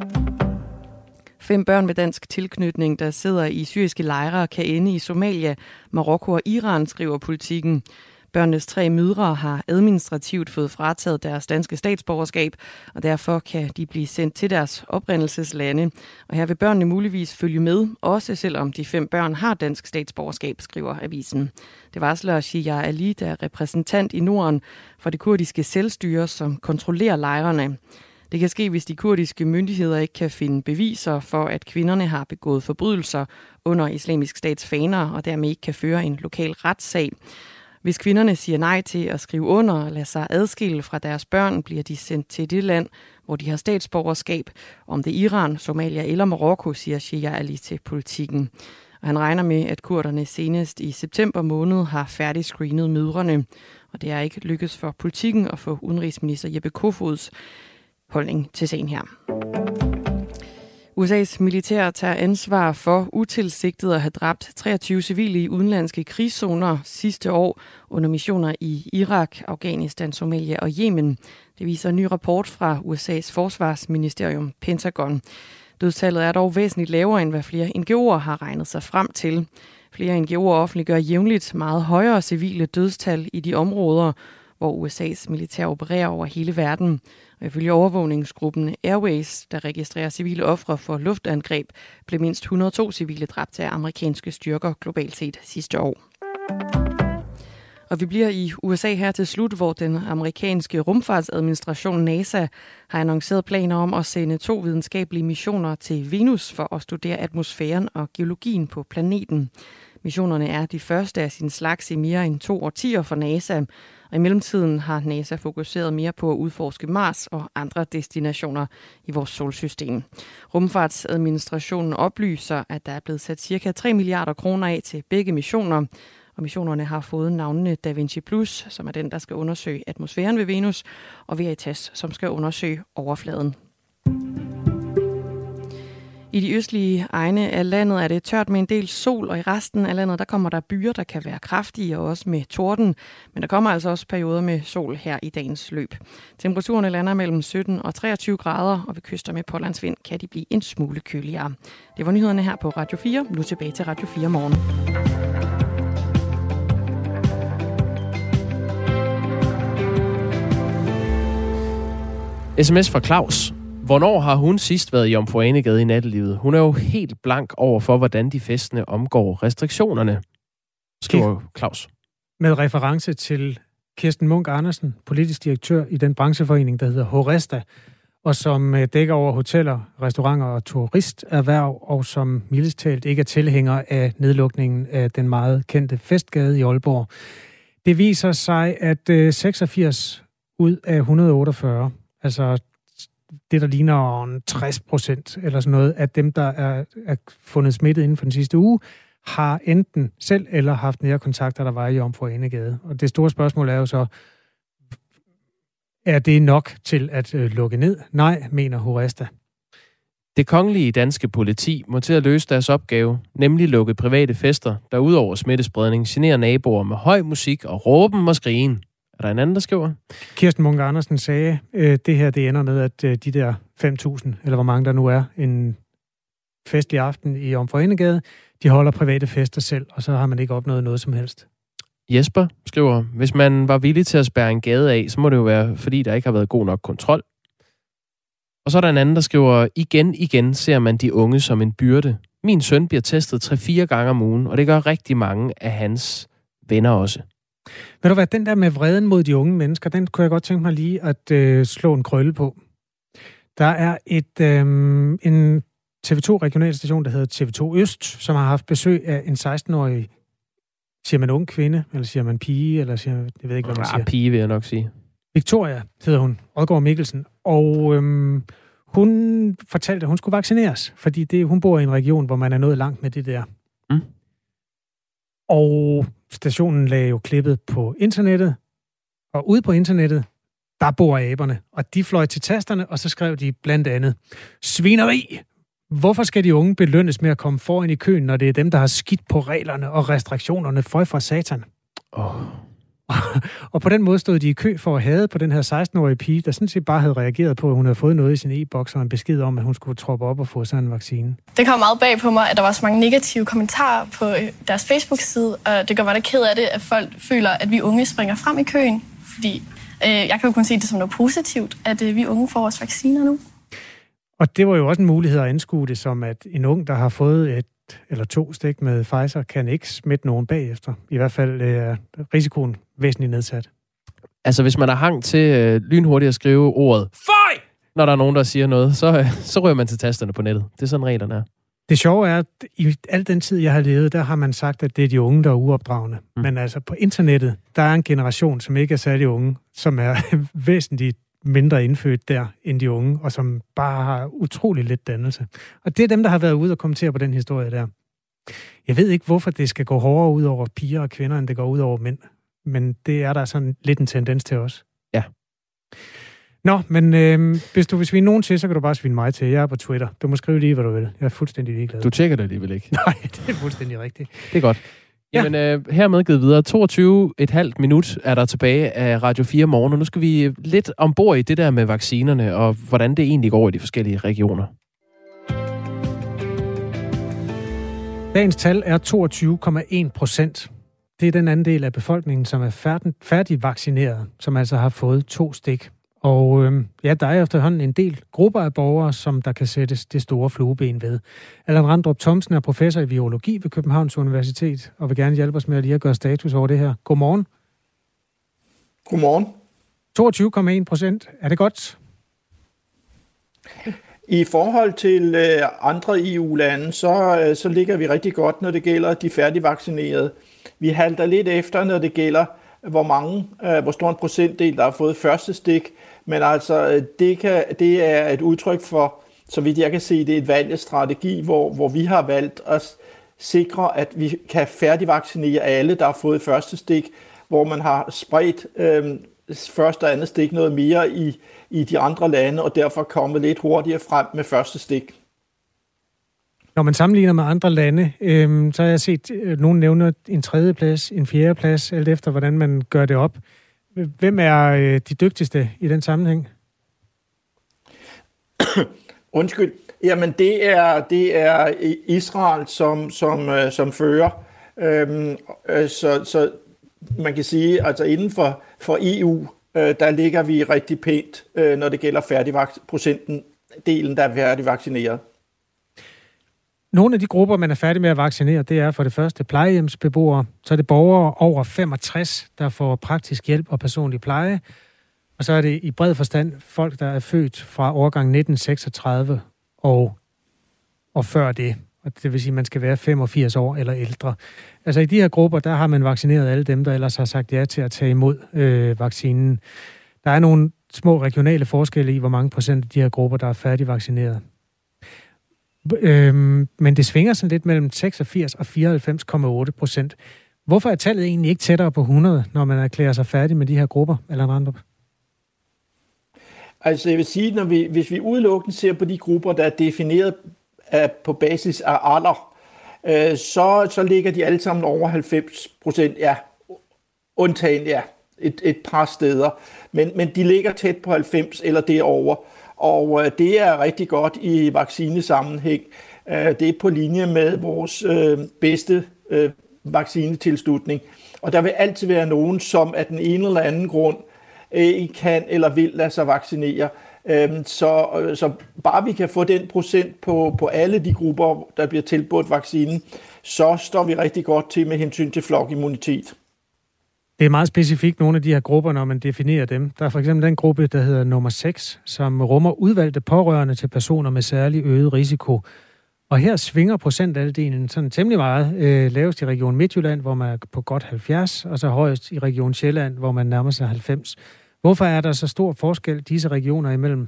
Fem børn med dansk tilknytning, der sidder i syriske lejre, kan ende i Somalia, Marokko og Iran, skriver Politikken. Børnenes tre mødre har administrativt fået frataget deres danske statsborgerskab, og derfor kan de blive sendt til deres oprindelseslande. Og her vil børnene muligvis følge med, også selvom de fem børn har dansk statsborgerskab, skriver avisen. Det varsler Shia Ali, der er repræsentant i Norden for det kurdiske selvstyre, som kontrollerer lejrene. Det kan ske, hvis de kurdiske myndigheder ikke kan finde beviser for, at kvinderne har begået forbrydelser under Islamisk Stats faner, og dermed ikke kan føre en lokal retssag. Hvis kvinderne siger nej til at skrive under og lade sig adskille fra deres børn, bliver de sendt til det land, hvor de har statsborgerskab. Om det er Iran, Somalia eller Marokko, siger Shia Ali til Politikken. Og han regner med, at kurderne senest i september måned har færdigscreenet mødrene. Og det er ikke lykkedes for Politikken at få udenrigsminister Jeppe Kofods holdning til sagen her. U S A's militær tager ansvar for utilsigtet at have dræbt treogtyve civile i udenlandske krigszoner sidste år under missioner i Irak, Afghanistan, Somalia og Yemen. Det viser en ny rapport fra U S A's forsvarsministerium Pentagon. Dødstallet er dog væsentligt lavere, end hvad flere N G O'er har regnet sig frem til. Flere N G O'er offentliggør jævnligt meget højere civile dødstal i de områder, hvor U S A's militær opererer over hele verden. Og ifølge overvågningsgruppen Airways, der registrerer civile ofre for luftangreb, blev mindst et hundrede og to civile dræbt af amerikanske styrker globalt set sidste år. Og vi bliver i U S A her til slut, hvor den amerikanske rumfartsadministration NASA har annonceret planer om at sende to videnskabelige missioner til Venus for at studere atmosfæren og geologien på planeten. Missionerne er de første af sin slags i mere end to årtier for NASA, og i mellemtiden har NASA fokuseret mere på at udforske Mars og andre destinationer i vores solsystem. Rumfartsadministrationen oplyser, at der er blevet sat ca. tre milliarder kroner af til begge missioner, og missionerne har fået navnene Da Vinci Plus, som er den, der skal undersøge atmosfæren ved Venus, og Veritas, som skal undersøge overfladen. I de østlige egne af landet er det tørt med en del sol, og i resten af landet der kommer der byer, der kan være kraftige og også med torden. Men der kommer altså også perioder med sol her i dagens løb. Temperaturerne lander mellem sytten og treogtyve grader, og ved kyster med pålandsvind kan de blive en smule køligere. Det var nyhederne her på Radio fire. Nu tilbage til Radio fire morgen.
sms fra Claus. Hvornår har hun sidst været i Jomfru Ane Gade i nattelivet? Hun er jo helt blank over for, hvordan de festende omgår restriktionerne, skriver Claus.
Med reference til Kirsten Munk Andersen, politisk direktør i den brancheforening, der hedder Horesta, og som dækker over hoteller, restauranter og turisterhverv, og som mildest talt ikke er tilhænger af nedlukningen af den meget kendte festgade i Aalborg. Det viser sig, at seksogfirs ud af et hundrede og otteogfyrre, altså det, der ligner tres procent eller sådan noget, af dem, der er, er fundet smittet inden for den sidste uge, har enten selv eller haft nære kontakter, der var i Jomfru Ane Gade. Og det store spørgsmål er jo så, er det nok til at øh, lukke ned? Nej, mener Horesta.
Det kongelige danske politi må til at løse deres opgave, nemlig lukke private fester, der udover smittespredning generer naboer med høj musik og råben og skrigen. Er der en anden, der skriver?
Kirsten Munke Andersen sagde, øh, det her det ender med, at øh, de der fem tusind, eller hvor mange der nu er, en festlig aften i Omforenegade, de holder private fester selv, og så har man ikke opnået noget som helst.
Jesper skriver, hvis man var villig til at spærre en gade af, så må det jo være, fordi der ikke har været god nok kontrol. Og så er der en anden, der skriver, igen, igen ser man de unge som en byrde. Min søn bliver testet tre-fire gange om ugen, og det gør rigtig mange af hans venner også.
Ved du hvad, den der med vreden mod de unge mennesker, den kunne jeg godt tænke mig lige at øh, slå en krølle på. Der er et øh, en T V to regionalstation, der hedder T V to Øst, som har haft besøg af en seksten-årig, siger man ung kvinde, eller siger man pige, eller siger, jeg ved ikke, hvad man siger.
Ja, pige vil jeg nok sige.
Victoria hedder hun, Odgaard Mikkelsen, og øhm, hun fortalte, at hun skulle vaccineres, fordi det, hun bor i en region, hvor man er nået langt med det der.
Mm.
Og stationen lagde jo klippet på internettet, og ude på internettet, der bor aberne, og de fløj til tasterne, og så skrev de blandt andet, svineri! Hvorfor skal de unge belønnes med at komme foran i køen, når det er dem, der har skidt på reglerne og restriktionerne føj fra satan?
Oh.
Og på den måde stod de i kø for at hade på den her seksten-årige pige, der sådan set bare havde reageret på, at hun havde fået noget i sin e-boks og en besked om, at hun skulle troppe op og få sådan en vaccine.
Det kom meget bag på mig, at der var så mange negative kommentarer på deres Facebook-side, og det gør mig da ked af det, at folk føler, at vi unge springer frem i køen, fordi øh, jeg kan jo kun se det som noget positivt, at øh, vi unge får vores vacciner nu.
Og det var jo også en mulighed at anskue det som, at en ung, der har fået et eller to stik med Pfizer, kan ikke smitte nogen bagefter. I hvert fald er risikoen væsentligt nedsat.
Altså, hvis man har hang til øh, lynhurtigt at skrive ordet føj, når der er nogen, der siger noget, så, øh, så rører man til tasterne på nettet. Det er sådan reglerne er.
Det sjove er, at i al den tid, jeg har levet, der har man sagt, at det er de unge, der er uopdragende. Mm. Men altså på internettet, der er en generation, som ikke er særlig unge, som er væsentligt mindre indfødt der end de unge, og som bare har utrolig lidt dannelse. Og det er dem, der har været ude og kommentere på den historie der. Jeg ved ikke, hvorfor det skal gå hårdere ud over piger og kvinder, end det går ud over mænd. Men det er der sådan lidt en tendens til os.
Ja.
Nå, men øh, hvis du vil svine nogen til, så kan du bare svine mig til. Jeg er på Twitter. Du må skrive lige, hvad du vil. Jeg er fuldstændig ligeglad.
Du tjekker det alligevel ikke.
Nej, det er fuldstændig rigtigt.
Det er godt. Jamen, ja. øh, hermed givet videre. toogtyve komma fem minut er der tilbage af Radio fire Morgen, og nu skal vi lidt ombord i det der med vaccinerne, og hvordan det egentlig går i de forskellige regioner.
Dagens tal er toogtyve komma en procent. Det er den anden del af befolkningen, som er færdig, færdigvaccineret, som altså har fået to stik. Og øh, ja, der er efterhånden en del grupper af borgere, som der kan sættes det store flueben ved. Allan Randrup Thomsen er professor i virologi ved Københavns Universitet, og vil gerne hjælpe os med at lige at gøre status over det her. Godmorgen.
Godmorgen.
toogtyve komma en procent. Er det godt?
I forhold til øh, andre E U-lande, så, øh, så ligger vi rigtig godt, når det gælder de færdigvaccinerede. Vi halter lidt efter, når det gælder, hvor mange, øh, hvor stor en procentdel, der har fået første stik. Men altså, det, kan, det er et udtryk for, så vidt jeg kan se, det er et valgstrategi, hvor, hvor vi har valgt at sikre, at vi kan færdigvaccinere alle, der har fået første stik, hvor man har spredt øh, første og andet stik noget mere i, i de andre lande, og derfor kommet lidt hurtigere frem med første stik.
Når man sammenligner med andre lande, øh, så har jeg set, øh, nogen nævner en tredje plads, en fjerde plads, alt efter hvordan man gør det op. Hvem er øh, de dygtigste i den sammenhæng?
Undskyld. Jamen, det er, det er Israel, som, som, øh, som fører. Øhm, øh, så, så man kan sige, altså inden for, for E U, øh, der ligger vi rigtig pænt, øh, når det gælder færdigvac- procenten, delen, der er færdigvaccineret.
Nogle af de grupper, man er færdig med at vaccinere, det er for det første plejehjemsbeboere, så er det borgere over femogtres, der får praktisk hjælp og personlig pleje, og så er det i bred forstand folk, der er født fra årgang nitten seksogtredive og, og før det. Og det vil sige, at man skal være femogfirs år eller ældre. Altså i de her grupper, der har man vaccineret alle dem, der ellers har sagt ja til at tage imod øh, vaccinen. Der er nogle små regionale forskelle i, hvor mange procent af de her grupper, der er færdigvaccineret. Øhm, men det svinger sådan lidt mellem seksogfirs og fireoghalvfems komma otte procent. Hvorfor er tallet egentlig ikke tættere på hundrede, når man erklærer sig færdig med de her grupper, Allan Randrup?
Altså jeg vil sige, når vi, hvis vi udelukkende ser på de grupper, der er defineret af, på basis af alder, øh, så, så ligger de alle sammen over halvfems procent, ja, undtagen, ja, et, et par steder, men, men de ligger tæt på halvfems eller derover, og øh, det er rigtig godt i vaccinesammenhæng. Øh, det er på linje med vores øh, bedste øh, vaccinetilslutning, og der vil altid være nogen, som af den ene eller anden grund ikke kan eller vil lade sig vaccinere. Så, så bare vi kan få den procent på, på alle de grupper, der bliver tilbudt vaccinen, så står vi rigtig godt til med hensyn til flokimmunitet.
Det er meget specifikt nogle af de her grupper, når man definerer dem. Der er for eksempel den gruppe, der hedder nummer seks, som rummer udvalgte pårørende til personer med særlig øget risiko. Og her svinger procentaldelen sådan temmelig meget. Øh, lavest i Region Midtjylland, hvor man er på godt halvfjerds, og så højest i Region Sjælland, hvor man nærmer sig halvfems. Hvorfor er der så stor forskel disse regioner imellem?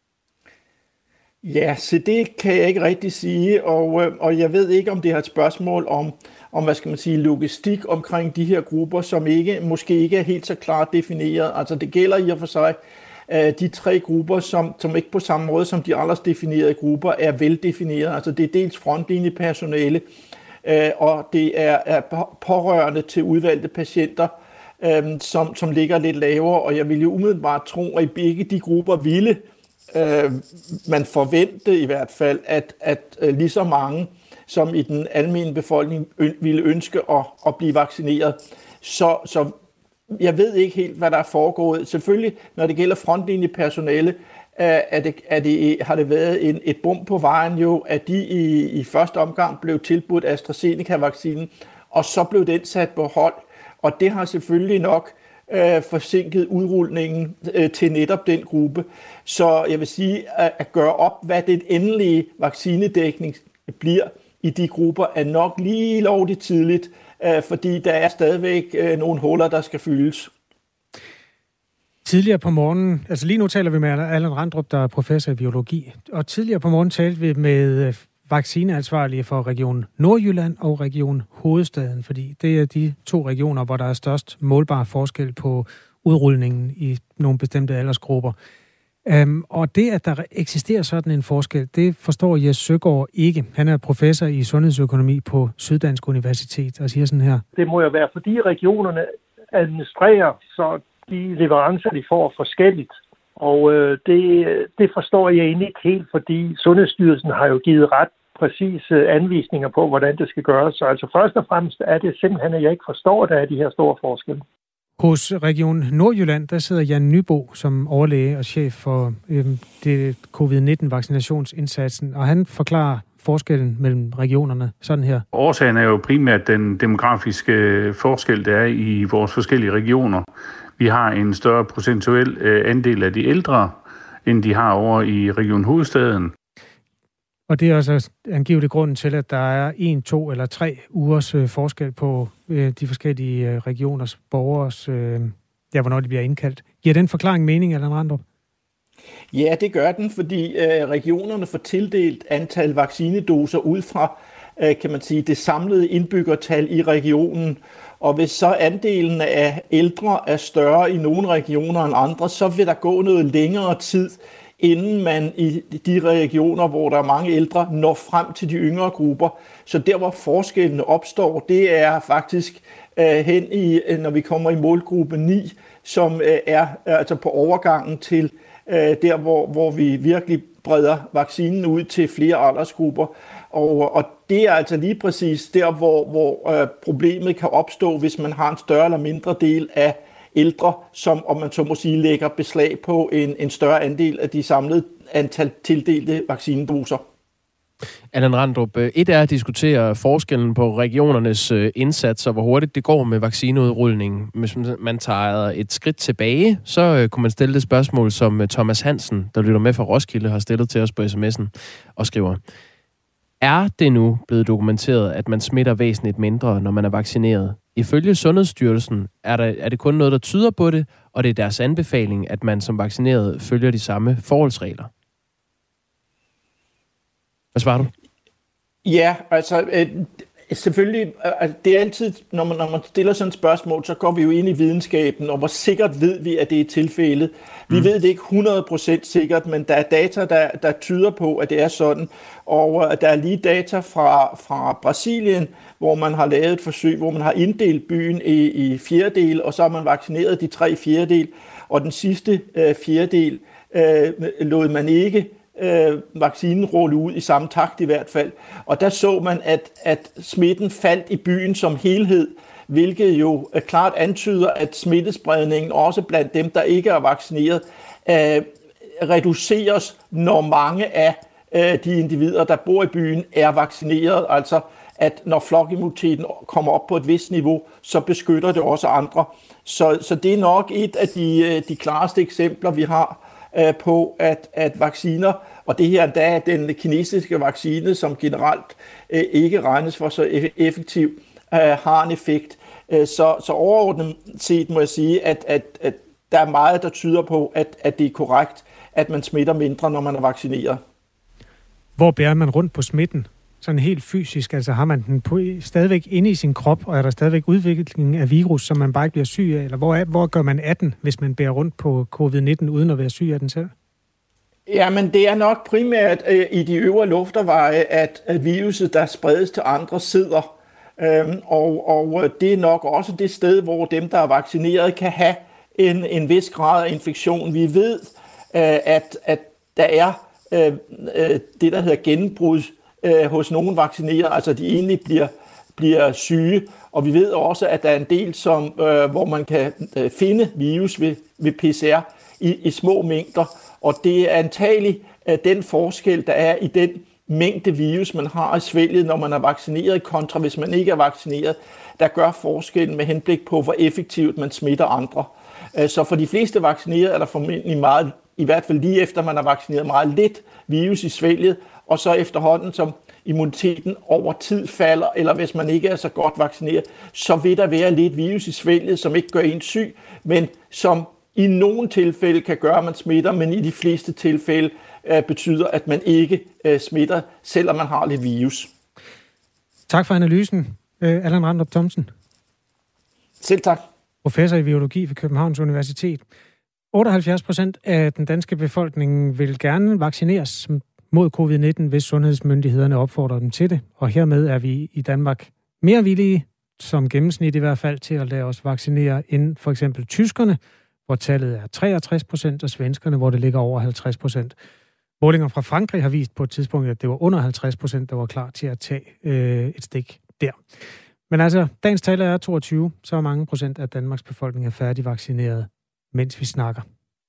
Ja, så det kan jeg ikke rigtig sige, og, og jeg ved ikke, om det er et spørgsmål om, om, hvad skal man sige, logistik omkring de her grupper, som ikke, måske ikke er helt så klart defineret. Altså det gælder i og for sig de tre grupper, som, som ikke på samme måde som de alders definerede grupper er veldefineret. Altså det er dels frontlinjepersonale, øh, og det er, er pårørende til udvalgte patienter, øh, som, som ligger lidt lavere, og jeg vil jo umiddelbart tro, at i begge de grupper ville øh, man forvente i hvert fald, at, at øh, lige så mange, som i den almindelige befolkning ø- ville ønske at, at blive vaccineret. Så, så jeg ved ikke helt, hvad der er foregået. Selvfølgelig, når det gælder frontlinjepersonale, er det, er det, har det været en, et bump på vejen jo, at de i, i første omgang blev tilbudt AstraZeneca-vaccinen, og så blev den sat på hold. Og det har selvfølgelig nok øh, forsinket udrulningen øh, til netop den gruppe. Så jeg vil sige, at, at gøre op, hvad den endelige vaccinedækning bliver i de grupper, er nok lige lovligt tidligt, fordi der er stadigvæk nogle huller, der skal fyldes.
Tidligere på morgenen, altså lige nu taler vi med Allan Randrup, der er professor i biologi, og tidligere på morgenen talte vi med vaccineansvarlige for Region Nordjylland og Region Hovedstaden, fordi det er de to regioner, hvor der er størst målbar forskel på udrulningen i nogle bestemte aldersgrupper. Um, og det, at der eksisterer sådan en forskel, det forstår Jes Søgaard ikke. Han er professor i sundhedsøkonomi på Syddansk Universitet og siger sådan her.
Det må jo være, fordi regionerne administrerer, så de leverancer, de får forskelligt. Og øh, det, det forstår jeg egentlig ikke helt, fordi Sundhedsstyrelsen har jo givet ret præcise anvisninger på, hvordan det skal gøres. Så altså først og fremmest er det simpelthen, at jeg ikke forstår, at der er de her store forskelle.
Hos Region Nordjylland, der sidder Jan Nybo som overlæge og chef for øhm, det covid nitten vaccinationsindsatsen, og han forklarer forskellen mellem regionerne sådan her.
Årsagen er jo primært den demografiske forskel, der er i vores forskellige regioner. Vi har en større procentuel øh, andel af de ældre, end de har over i Region Hovedstaden.
Og det er også angiveligt grunden til, at der er en, to eller tre ugers øh, forskel på øh, de forskellige øh, regioners borgers, øh, ja, hvornår de bliver indkaldt. Giver den forklaring mening, Allan Randrup?
Ja, det gør den, fordi øh, regionerne får tildelt antal vaccinedoser ud fra, øh, kan man sige, det samlede indbyggertal i regionen. Og hvis så andelen af ældre er større i nogle regioner end andre, så vil der gå noget længere tid, inden man i de regioner, hvor der er mange ældre, når frem til de yngre grupper. Så der, hvor forskellene opstår, det er faktisk øh, hen i, når vi kommer i målgruppe ni, som øh, er altså på overgangen til øh, der, hvor, hvor vi virkelig breder vaccinen ud til flere aldersgrupper. Og, og det er altså lige præcis der, hvor, hvor øh, problemet kan opstå, hvis man har en større eller mindre del af ældre, som, om man så må sige, lægger beslag på en, en større andel af de samlede antal tildelte vaccinedoser.
Allan Randrup, et er at diskutere forskellen på regionernes indsatser, hvor hurtigt det går med vaccineudrulningen. Hvis man tager et skridt tilbage, så kunne man stille det spørgsmål, som Thomas Hansen, der lytter med fra Roskilde, har stillet til os på sms'en og skriver: Er det nu blevet dokumenteret, at man smitter væsentligt mindre, når man er vaccineret? Ifølge Sundhedsstyrelsen er, der, er det kun noget, der tyder på det, og det er deres anbefaling, at man som vaccineret følger de samme forholdsregler. Hvad svarer du?
Ja, altså Selvfølgelig, altså det er altid, når man, når man stiller sådan et spørgsmål, så går vi jo ind i videnskaben, og hvor sikkert ved vi, at det er tilfældet. Vi mm. ved det ikke hundrede procent sikkert, men der er data, der, der tyder på, at det er sådan. Og der er lige data fra, fra Brasilien, hvor man har lavet et forsøg, hvor man har inddelt byen i, i fjerdedel, og så har man vaccineret de tre fjerdedel, og den sidste øh, fjerdedel øh, lod man ikke øh, vaccinen rulle ud i samme takt i hvert fald. Og der så man, at, at smitten faldt i byen som helhed, hvilket jo klart antyder, at smittespredningen også blandt dem, der ikke er vaccineret, øh, reduceres, når mange af øh, de individer, der bor i byen, er vaccineret. Altså, at når flokimmuniteten kommer op på et vist niveau, så beskytter det også andre. Så, så det er nok et af de, de klareste eksempler, vi har øh, på, at, at vacciner, og det her endda er den kinesiske vaccine, som generelt øh, ikke regnes for så effektiv, øh, har en effekt. Øh, så, så overordnet set må jeg sige, at, at, at der er meget, der tyder på, at, at det er korrekt, at man smitter mindre, når man er vaccineret.
Hvor bærer man rundt på smitten? Sådan helt fysisk, altså har man den på, stadigvæk inde i sin krop, og er der stadigvæk udvikling af virus, som man bare ikke bliver syg af? Eller hvor, er, hvor gør man af den, hvis man bærer rundt på covid nitten, uden at være syg af den selv?
Ja, men det er nok primært øh, i de øvre lufterveje, at, at viruset, der spredes til andre, sidder. Øhm, og, og det er nok også det sted, hvor dem, der er vaccineret, kan have en, en vis grad af infektion. Vi ved, øh, at, at der er øh, øh, det, der hedder gennembrud øh, hos nogle vaccinerede, altså de egentlig bliver, bliver syge. Og vi ved også, at der er en del, som, øh, hvor man kan øh, finde virus ved, ved P C R i, i små mængder. Og det er antagelig øh, den forskel, der er i den mængde virus, man har i svælget, når man er vaccineret, kontra hvis man ikke er vaccineret, der gør forskellen med henblik på, hvor effektivt man smitter andre. Så for de fleste vaccinerede er der formentlig meget, i hvert fald lige efter man er vaccineret, meget lidt virus i svælget, og så efterhånden, som immuniteten over tid falder, eller hvis man ikke er så godt vaccineret, så vil der være lidt virus i svælget, som ikke gør en syg, men som i nogle tilfælde kan gøre, at man smitter, men i de fleste tilfælde øh, betyder, at man ikke øh, smitter, selvom man har lidt virus.
Tak for analysen, øh, Allan Randrup Thomsen.
Selv tak.
Professor i biologi ved Københavns Universitet. otteoghalvfjerds procent af den danske befolkning vil gerne vaccineres mod covid nitten, hvis sundhedsmyndighederne opfordrer dem til det. Og hermed er vi i Danmark mere villige, som gennemsnit i hvert fald, til at lade os vaccinere end for eksempel tyskerne, hvor tallet er treogtres procent, og svenskerne, hvor det ligger over halvtreds procent. Målinger fra Frankrig har vist på et tidspunkt, at det var under halvtreds procent, der var klar til at tage øh, et stik der. Men altså, dagens tal er toogtyve, så mange procent af Danmarks befolkning er færdigvaccineret, mens vi snakker.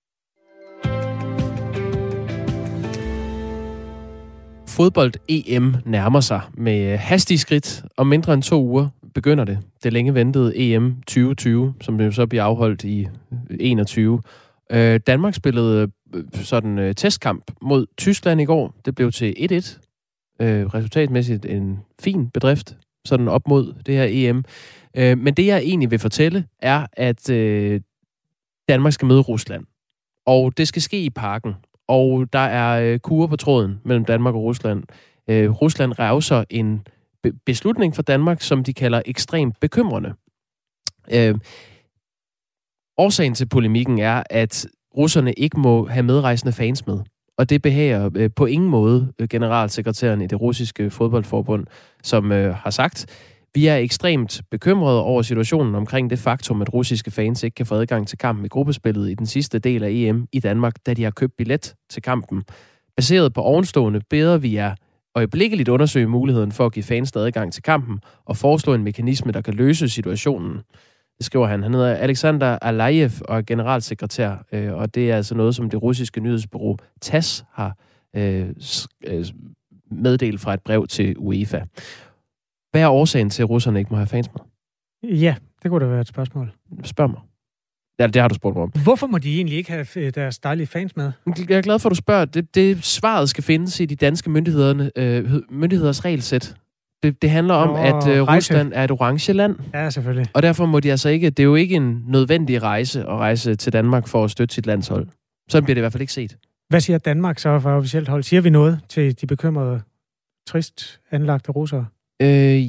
Fodbold-E M nærmer sig med hastige skridt. Om mindre end to uger begynder det. Det længe ventede E M tyve tyve, som jo så bliver afholdt i enogtyve. Øh, Danmark spillede sådan øh, testkamp mod Tyskland i går. Det blev til et et. Øh, resultatmæssigt en fin bedrift, sådan op mod det her E M. Øh, men det, jeg egentlig vil fortælle, er, at øh, Danmark skal møde Rusland. Og det skal ske i parken. Og der er øh, kurer på tråden mellem Danmark og Rusland. Øh, Rusland revser en be- beslutning for Danmark, som de kalder ekstremt bekymrende. Øh, årsagen til polemikken er, at russerne ikke må have medrejsende fans med. Og det behager øh, på ingen måde øh, generalsekretæren i det russiske fodboldforbund, som øh, har sagt, vi er ekstremt bekymrede over situationen omkring det faktum, at russiske fans ikke kan få adgang til kampen i gruppespillet i den sidste del af E M i Danmark, da de har købt billet til kampen. Baseret på ovenstående beder vi jer øjeblikkeligt undersøge muligheden for at give fans adgang til kampen og foreslå en mekanisme, der kan løse situationen. Det skriver han. Han hedder Alexander Alayev og er generalsekretær, øh, og det er altså noget, som det russiske nyhedsbureau T A S S har øh, meddelt fra et brev til UEFA. Hvad er årsagen til, at russerne ikke må have fans med?
Ja, det kunne da være et spørgsmål.
Spørg mig. Ja, det har du spurgt mig om.
Hvorfor må de egentlig ikke have deres dejlige fans med?
Jeg er glad for, at du spørger. Det, det svaret skal findes i de danske myndighederne, øh, myndigheders regelsæt. Det, det handler om, Nå, at øh, Rusland er et orange land.
Ja, selvfølgelig.
Og derfor må de altså ikke... Det er jo ikke en nødvendig rejse at rejse til Danmark for at støtte sit landshold. Sådan bliver det i hvert fald ikke set.
Hvad siger Danmark så for officielt hold? Siger vi noget til de bekymrede, trist anlagte russere?
Øh, ja,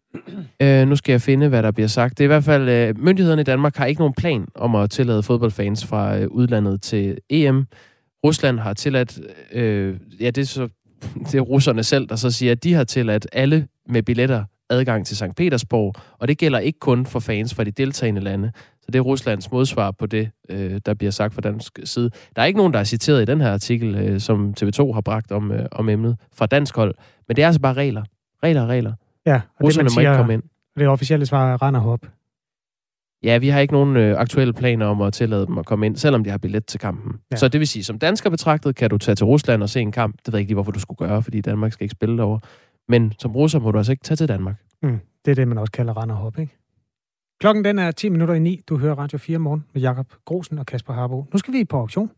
Øh, nu skal jeg finde, hvad der bliver sagt. Det er i hvert fald, øh, myndighederne i Danmark har ikke nogen plan om at tillade fodboldfans fra øh, udlandet til E M. Rusland har tilladt, øh, ja, det er så det er russerne selv, der så siger, at de har tilladt alle med billetter adgang til Sankt Petersborg, og det gælder ikke kun for fans fra de deltagende lande. Så det er Ruslands modsvar på det, øh, der bliver sagt fra dansk side. Der er ikke nogen, der er citeret i den her artikel, øh, som T V to har bragt om, øh, om emnet fra dansk hold. Men det er altså bare regler. Regler og regler.
Ja, og
russerne
det, man siger,
må ikke komme ind.
Det officielle svar er rend og hop.
Ja, vi har ikke nogen øh, aktuelle planer om at tillade dem at komme ind, selvom de har billet til kampen. Ja. Så det vil sige, som dansker betragtet, kan du tage til Rusland og se en kamp. Det ved jeg ikke lige, hvorfor du skulle gøre, fordi Danmark skal ikke spille derovre. Men som russer må du altså ikke tage til Danmark.
Mm, det er det, man også kalder rend og hop, ikke? Klokken den er ti minutter i ni. Du hører Radio fire morgen med Jakob Grosen og Kasper Harbo. Nu skal vi på auktion.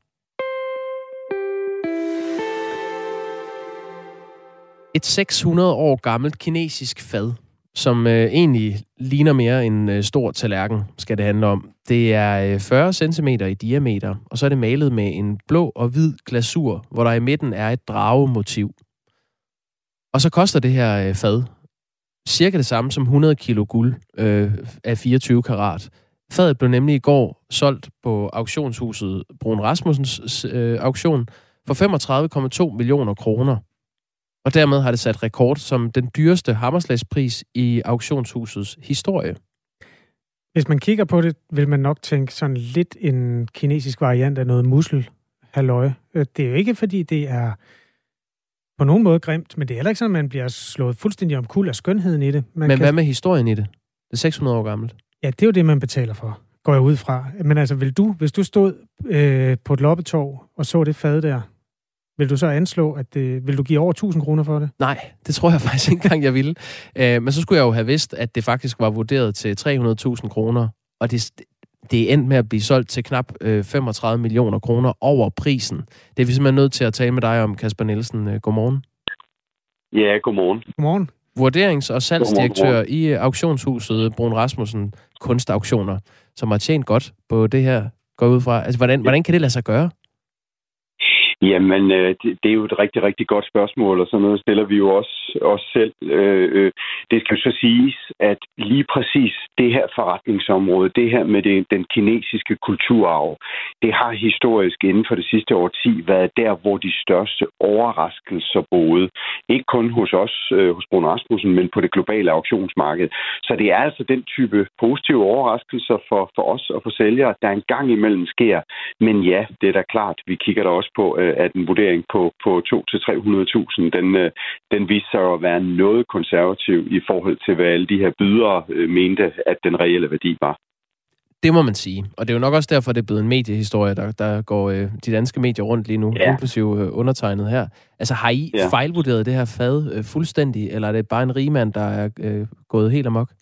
Et seks hundrede år gammelt kinesisk fad, som øh, egentlig ligner mere en øh, stor tallerken, skal det handle om. Det er øh, fyrre centimeter i diameter, og så er det malet med en blå og hvid glasur, hvor der i midten er et dragemotiv. Og så koster det her øh, fad cirka det samme som hundrede kilo guld øh, af fireogtyve karat. Fadet blev nemlig i går solgt på auktionshuset Brun Rasmussens øh, auktion for femogtredive komma to millioner kroner. Og dermed har det sat rekord som den dyreste hammerslagspris i auktionshusets historie.
Hvis man kigger på det, vil man nok tænke sådan lidt en kinesisk variant af noget musselhalløj. Det er jo ikke, fordi det er på nogen måde grimt, men det er heller ikke sådan, at man bliver slået fuldstændig omkuld af skønheden i det. Man
men
kan...
hvad med historien i det? Det er seks hundrede år gammelt.
Ja, det er jo det, man betaler for, går jeg ud fra. Men altså, vil du, hvis du stod øh, på et loppetorv og så det fad der, vil du så anslå, at det, vil du give over tusind kroner for det?
Nej, det tror jeg faktisk ikke engang, jeg ville. Øh, men så skulle jeg jo have vidst, at det faktisk var vurderet til tre hundrede tusind kroner, og det, det er endt med at blive solgt til knap øh, femogtredive millioner kroner over prisen. Det er vi simpelthen nødt til at tale med dig om, Kasper Nielsen. Øh, godmorgen.
Ja, godmorgen.
Godmorgen.
Vurderings- og salgsdirektør godmorgen, godmorgen. i auktionshuset Brun Rasmussen Kunstauktioner, som har tjent godt på det her, går ud fra. Altså, hvordan, hvordan kan det lade sig gøre?
Jamen, det, det er jo et rigtig, rigtig godt spørgsmål, og sådan noget stiller vi jo også, også selv. Øh, det skal jo så siges, at lige præcis det her forretningsområde, det her med det, den kinesiske kulturarv, det har historisk inden for det sidste årti været der, hvor de største overraskelser boede. Ikke kun hos os, øh, hos Brun Rasmussen, men på det globale auktionsmarked. Så det er altså den type positive overraskelser for, for os og for sælgere, der en gang imellem sker. Men ja, det er da klart, vi kigger der også på, øh, at en vurdering på, på to til tre hundrede tusind, den, den viste sig at være noget konservativ i forhold til, hvad alle de her bydere mente, at den reelle værdi var.
Det må man sige. Og det er jo nok også derfor, det er blevet en mediehistorie, der, der går øh, de danske medier rundt lige nu, ja. Inklusive øh, undertegnet her. Altså har I ja. fejlvurderet det her fad øh, fuldstændig, eller er det bare en rigmand, der er øh, gået helt amok?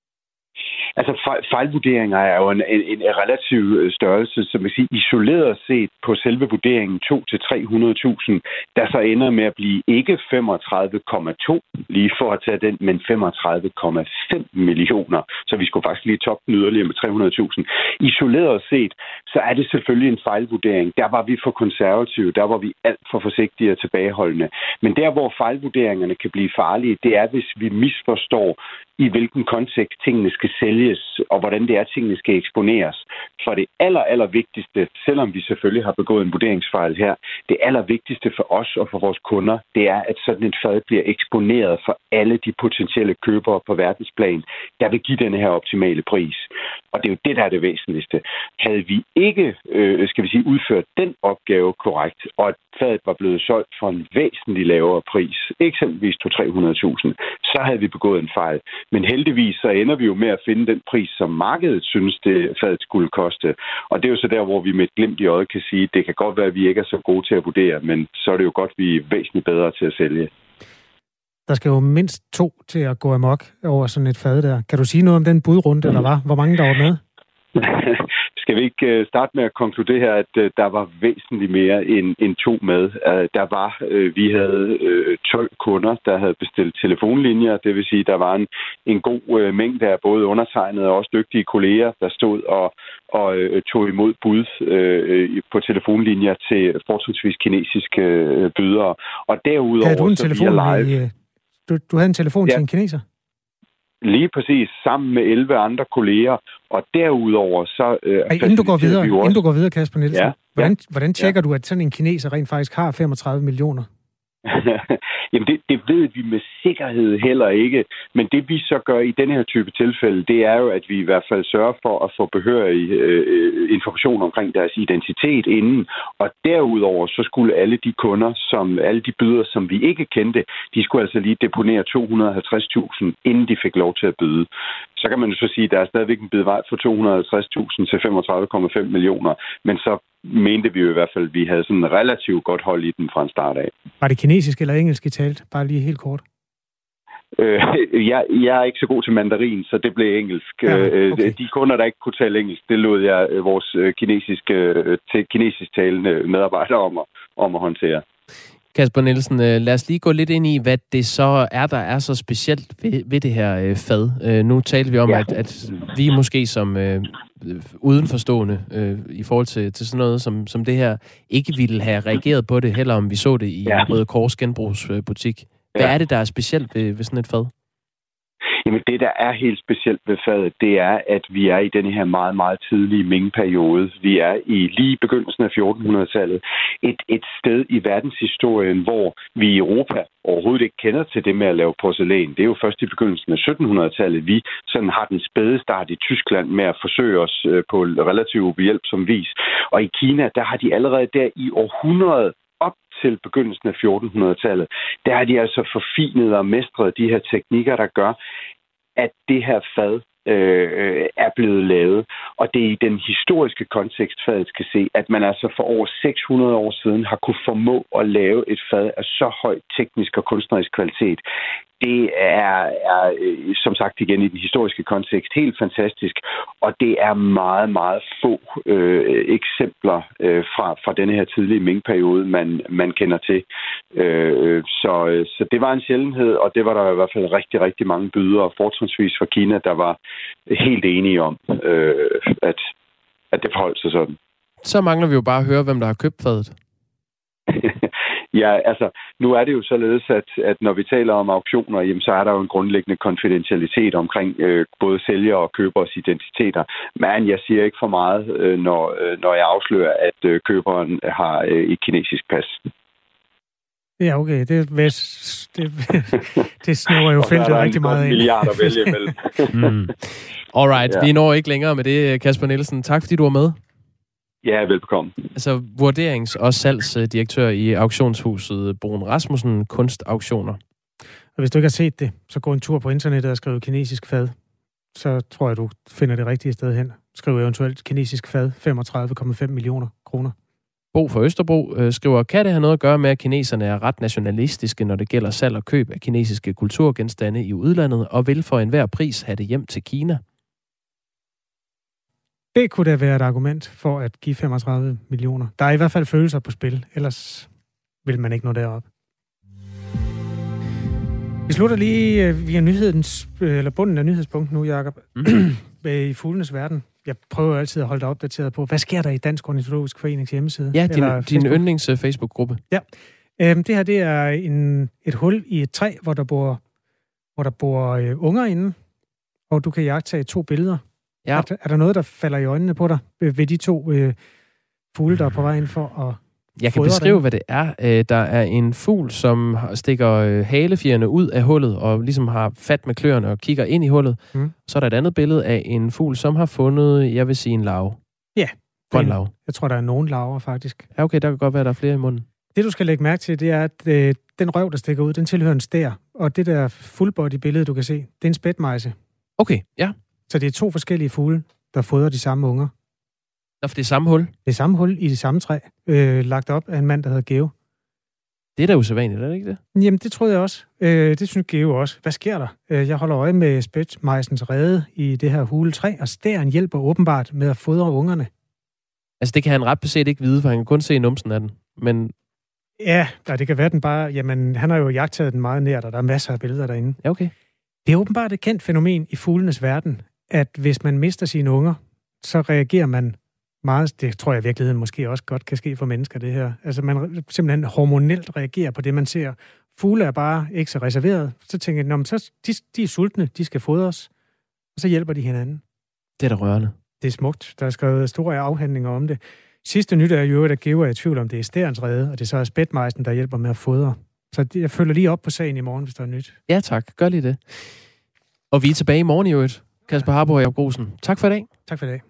Altså fejlvurderinger er jo en, en, en relativ størrelse, som vil sige isoleret set på selve vurderingen to til tre hundrede tusind, der så ender med at blive ikke femogtredive komma to lige for at tage den, men femogtredive komma fem millioner. Så vi skulle faktisk lige toppe den yderligere med tre hundrede tusind. Isoleret set, så er det selvfølgelig en fejlvurdering. Der var vi for konservative, der var vi alt for forsigtige og tilbageholdende. Men der, hvor fejlvurderingerne kan blive farlige, det er, hvis vi misforstår, i hvilken kontekst tingene skal sælges, og hvordan det er, tingene skal eksponeres. For det aller, aller vigtigste, selvom vi selvfølgelig har begået en vurderingsfejl her, det aller vigtigste for os og for vores kunder, det er, at sådan et fad bliver eksponeret for alle de potentielle købere på verdensplan, der vil give denne her optimale pris. Og det er jo det, der er det væsentligste. Havde vi ikke, øh, skal vi sige, udført den opgave korrekt, og at fadet var blevet solgt for en væsentlig lavere pris, eksempelvis to til tre hundrede tusind, så havde vi begået en fejl. Men heldigvis så ender vi jo med at finde den pris, som markedet synes, det fadet skulle koste. Og det er jo så der, hvor vi med et glimt i øjet kan sige, at det kan godt være, at vi ikke er så gode til at vurdere, men så er det jo godt, at vi er væsentligt bedre til at sælge.
Der skal jo mindst to til at gå amok over sådan et fad der. Kan du sige noget om den budrunde, der var? Hvor mange der var med?
Skal vi ikke starte med at konkludere her, at der var væsentligt mere end, end to med. Der var, vi havde tolv kunder, der havde bestilt telefonlinjer. Det vil sige, der var en, en god mængde af både undertegnede og også dygtige kolleger, der stod og, og tog imod bud øh, på telefonlinjer til fortrinsvis kinesiske bydere. Og derudover...
Havde du en telefon
live...
i, du, du havde en telefon ja. til en kineser?
Lige præcis, sammen med elleve andre kolleger. Og derudover så... Øh,
Ej, inden du går videre,
vi også...
inden du går videre, Kasper Nielsen,
ja,
hvordan,
ja,
hvordan tjekker
ja.
du, at sådan en kineser rent faktisk har femogtredive millioner?
Jamen, det, det ved vi med sikkerhed heller ikke. Men det, vi så gør i denne her type tilfælde, det er jo, at vi i hvert fald sørger for at få behørig øh, information omkring deres identitet inden. Og derudover, så skulle alle de kunder, som alle de byder, som vi ikke kendte, de skulle altså lige deponere to hundrede og halvtreds tusind, inden de fik lov til at byde. Så kan man jo så sige, at der er stadigvæk en bidvej fra to hundrede og halvtreds tusind til femogtredive komma fem millioner. Men så mente vi jo i hvert fald, at vi havde sådan relativt godt hold i den fra en start af.
Var det kinesisk eller engelsk, I talte? Bare lige helt kort.
Øh, jeg, jeg er ikke så god til mandarin, så det blev engelsk. Ja, okay. De kunder, der ikke kunne tale engelsk, det lod jeg vores kinesiske, til kinesisk talende medarbejdere om at, om at håndtere.
Kasper Nielsen, lad os lige gå lidt ind i, hvad det så er, der er så specielt ved, ved det her øh, fad. Øh, nu talte vi om, ja. at, at vi måske som øh, udenforstående øh, i forhold til, til sådan noget som, som det her, ikke ville have reageret på det, heller om vi så det i ja. Røde Kors genbrugsbutik. Hvad ja. er det, der er specielt ved, ved sådan et fad?
Jamen det, der er helt specielt ved fadet, det er, at vi er i denne her meget, meget tidlige Ming-periode. Vi er i lige begyndelsen af fjortenhundredetallet. Et, et sted i verdenshistorien, hvor vi i Europa overhovedet ikke kender til det med at lave porcelæn. Det er jo først i begyndelsen af syttenhundredetallet, vi sådan har den spæde start i Tyskland med at forsøge os på relativt behjælpsom vis. Og i Kina, der har de allerede der i århundrede op til begyndelsen af fjortenhundredetallet, der har de altså forfinet og mestret de her teknikker, der gør, at det her fad øh, er blevet lavet. Og det er i den historiske kontekst, fadet skal se, at man altså for over seks hundrede år siden har kunne formå at lave et fad af så høj teknisk og kunstnerisk kvalitet. Det er, er, som sagt igen i den historiske kontekst, helt fantastisk, og det er meget, meget få øh, eksempler øh, fra, fra denne her tidlige Ming-periode, man, man kender til. Øh, så, så det var en sjældenhed, og det var der i hvert fald rigtig, rigtig mange bydere, fortrinsvis fra Kina, der var helt enige om, øh, at, at det forholdt sig sådan.
Så mangler vi jo bare at høre, hvem der har købt fadet.
Ja, altså, nu er det jo således, at, at når vi taler om auktioner, jamen, så er der jo en grundlæggende konfidentialitet omkring øh, både sælger og købers identiteter. Men jeg siger ikke for meget, øh, når, øh, når jeg afslører, at øh, køberen har øh, et kinesisk pas.
Ja, okay. Det, det, det snæver jo feltet rigtig meget ind.
Milliarder at vælge imellem.
mm. Alright, ja. Vi når ikke længere med det, Kasper Nielsen. Tak, fordi du var med.
Ja, velbekomme.
Altså vurderings- og salgsdirektør i auktionshuset Brun Rasmussen Kunstauktioner.
Og hvis du ikke har set det, så gå en tur på internettet og skriv kinesisk fad. Så tror jeg, du finder det rigtige sted hen. Skriv eventuelt kinesisk fad, femogtredive komma fem millioner kroner.
Bo fra Østerbro øh, skriver, kan det have noget at gøre med, at kineserne er ret nationalistiske, når det gælder salg og køb af kinesiske kulturgenstande i udlandet, og vil for enhver pris have det hjem til Kina?
Det kunne da være et argument for at give femogtredive millioner. Der er i hvert fald følelser på spil, ellers vil man ikke nå derop. Vi slutter lige via nyhedens, eller bunden af nyhedspunkt nu, Jacob. Mm. I fuglenes verden. Jeg prøver altid at holde dig opdateret på, hvad sker der i Dansk Ornitologisk Forenings hjemmeside?
Ja, din, din yndlings Facebook-gruppe.
Ja. Øhm, det her, det er en, et hul i et træ, hvor der bor, hvor der bor øh, unger inde, og du kan jagtage to billeder. Ja. Er, er der noget, der falder i øjnene på dig ved de to øh, fugle, der er på vej ind for at
Jeg kan beskrive, dem? Hvad det er. Der er en fugl, som stikker halefjerene ud af hullet, og ligesom har fat med kløerne og kigger ind i hullet. Mm. Så er der et andet billede af en fugl, som har fundet, jeg vil sige, en larve.
Ja.
Grøn larve.
Jeg tror, der er nogen larver, faktisk.
Ja, okay, der kan godt være, der er flere i munden.
Det, du skal lægge mærke til, det er, at øh, den røv, der stikker ud, den tilhører en stær. Og det der fullbody-billede, du kan se, det er en spætmejse.
Okay, ja.
Så det er to forskellige fugle, der fodrer de samme unger.
Nå, for det er samme hul?
Det er samme hul i det samme træ, øh, lagt op af en mand, der hedder Geo.
Det er da usædvanligt, er det ikke det?
Jamen, det troede jeg også. Øh, det synes Geo også. Hvad sker der? Øh, jeg holder øje med spætmejsens rede i det her huletræ, og stæren hjælper åbenbart med at fodre ungerne.
Altså, det kan han ret beset ikke vide, for han kan kun se numsen af den. Men...
Ja, det kan være den bare... Jamen, han har jo jagtet den meget nært, og der er masser af billeder derinde.
Ja, okay.
Det er åbenbart et kendt fænomen i fuglenes verden, at hvis man mister sine unger, så reagerer man meget, det tror jeg i virkeligheden måske også godt kan ske for mennesker, det her. Altså man simpelthen hormonelt reagerer på det, man ser, fugle er bare ikke så reserveret. Så tænker jeg, nå, men så, de, de er sultne, de skal fodres, og så hjælper de hinanden.
Det er da rørende.
Det er smukt. Der er skrevet store afhandlinger om det. Sidste nyt er jo, at Georg er i tvivl om, det er stærens rede, og det er så spætmejsen, der hjælper med at fodre. Så jeg følger lige op på sagen i morgen, hvis der er nyt.
Ja, tak. Gør lige det. Og vi er tilbage i morgen i øvrigt. Kasper Harbo og Jacob Grosen. Tak for i dag.
Tak for i dag.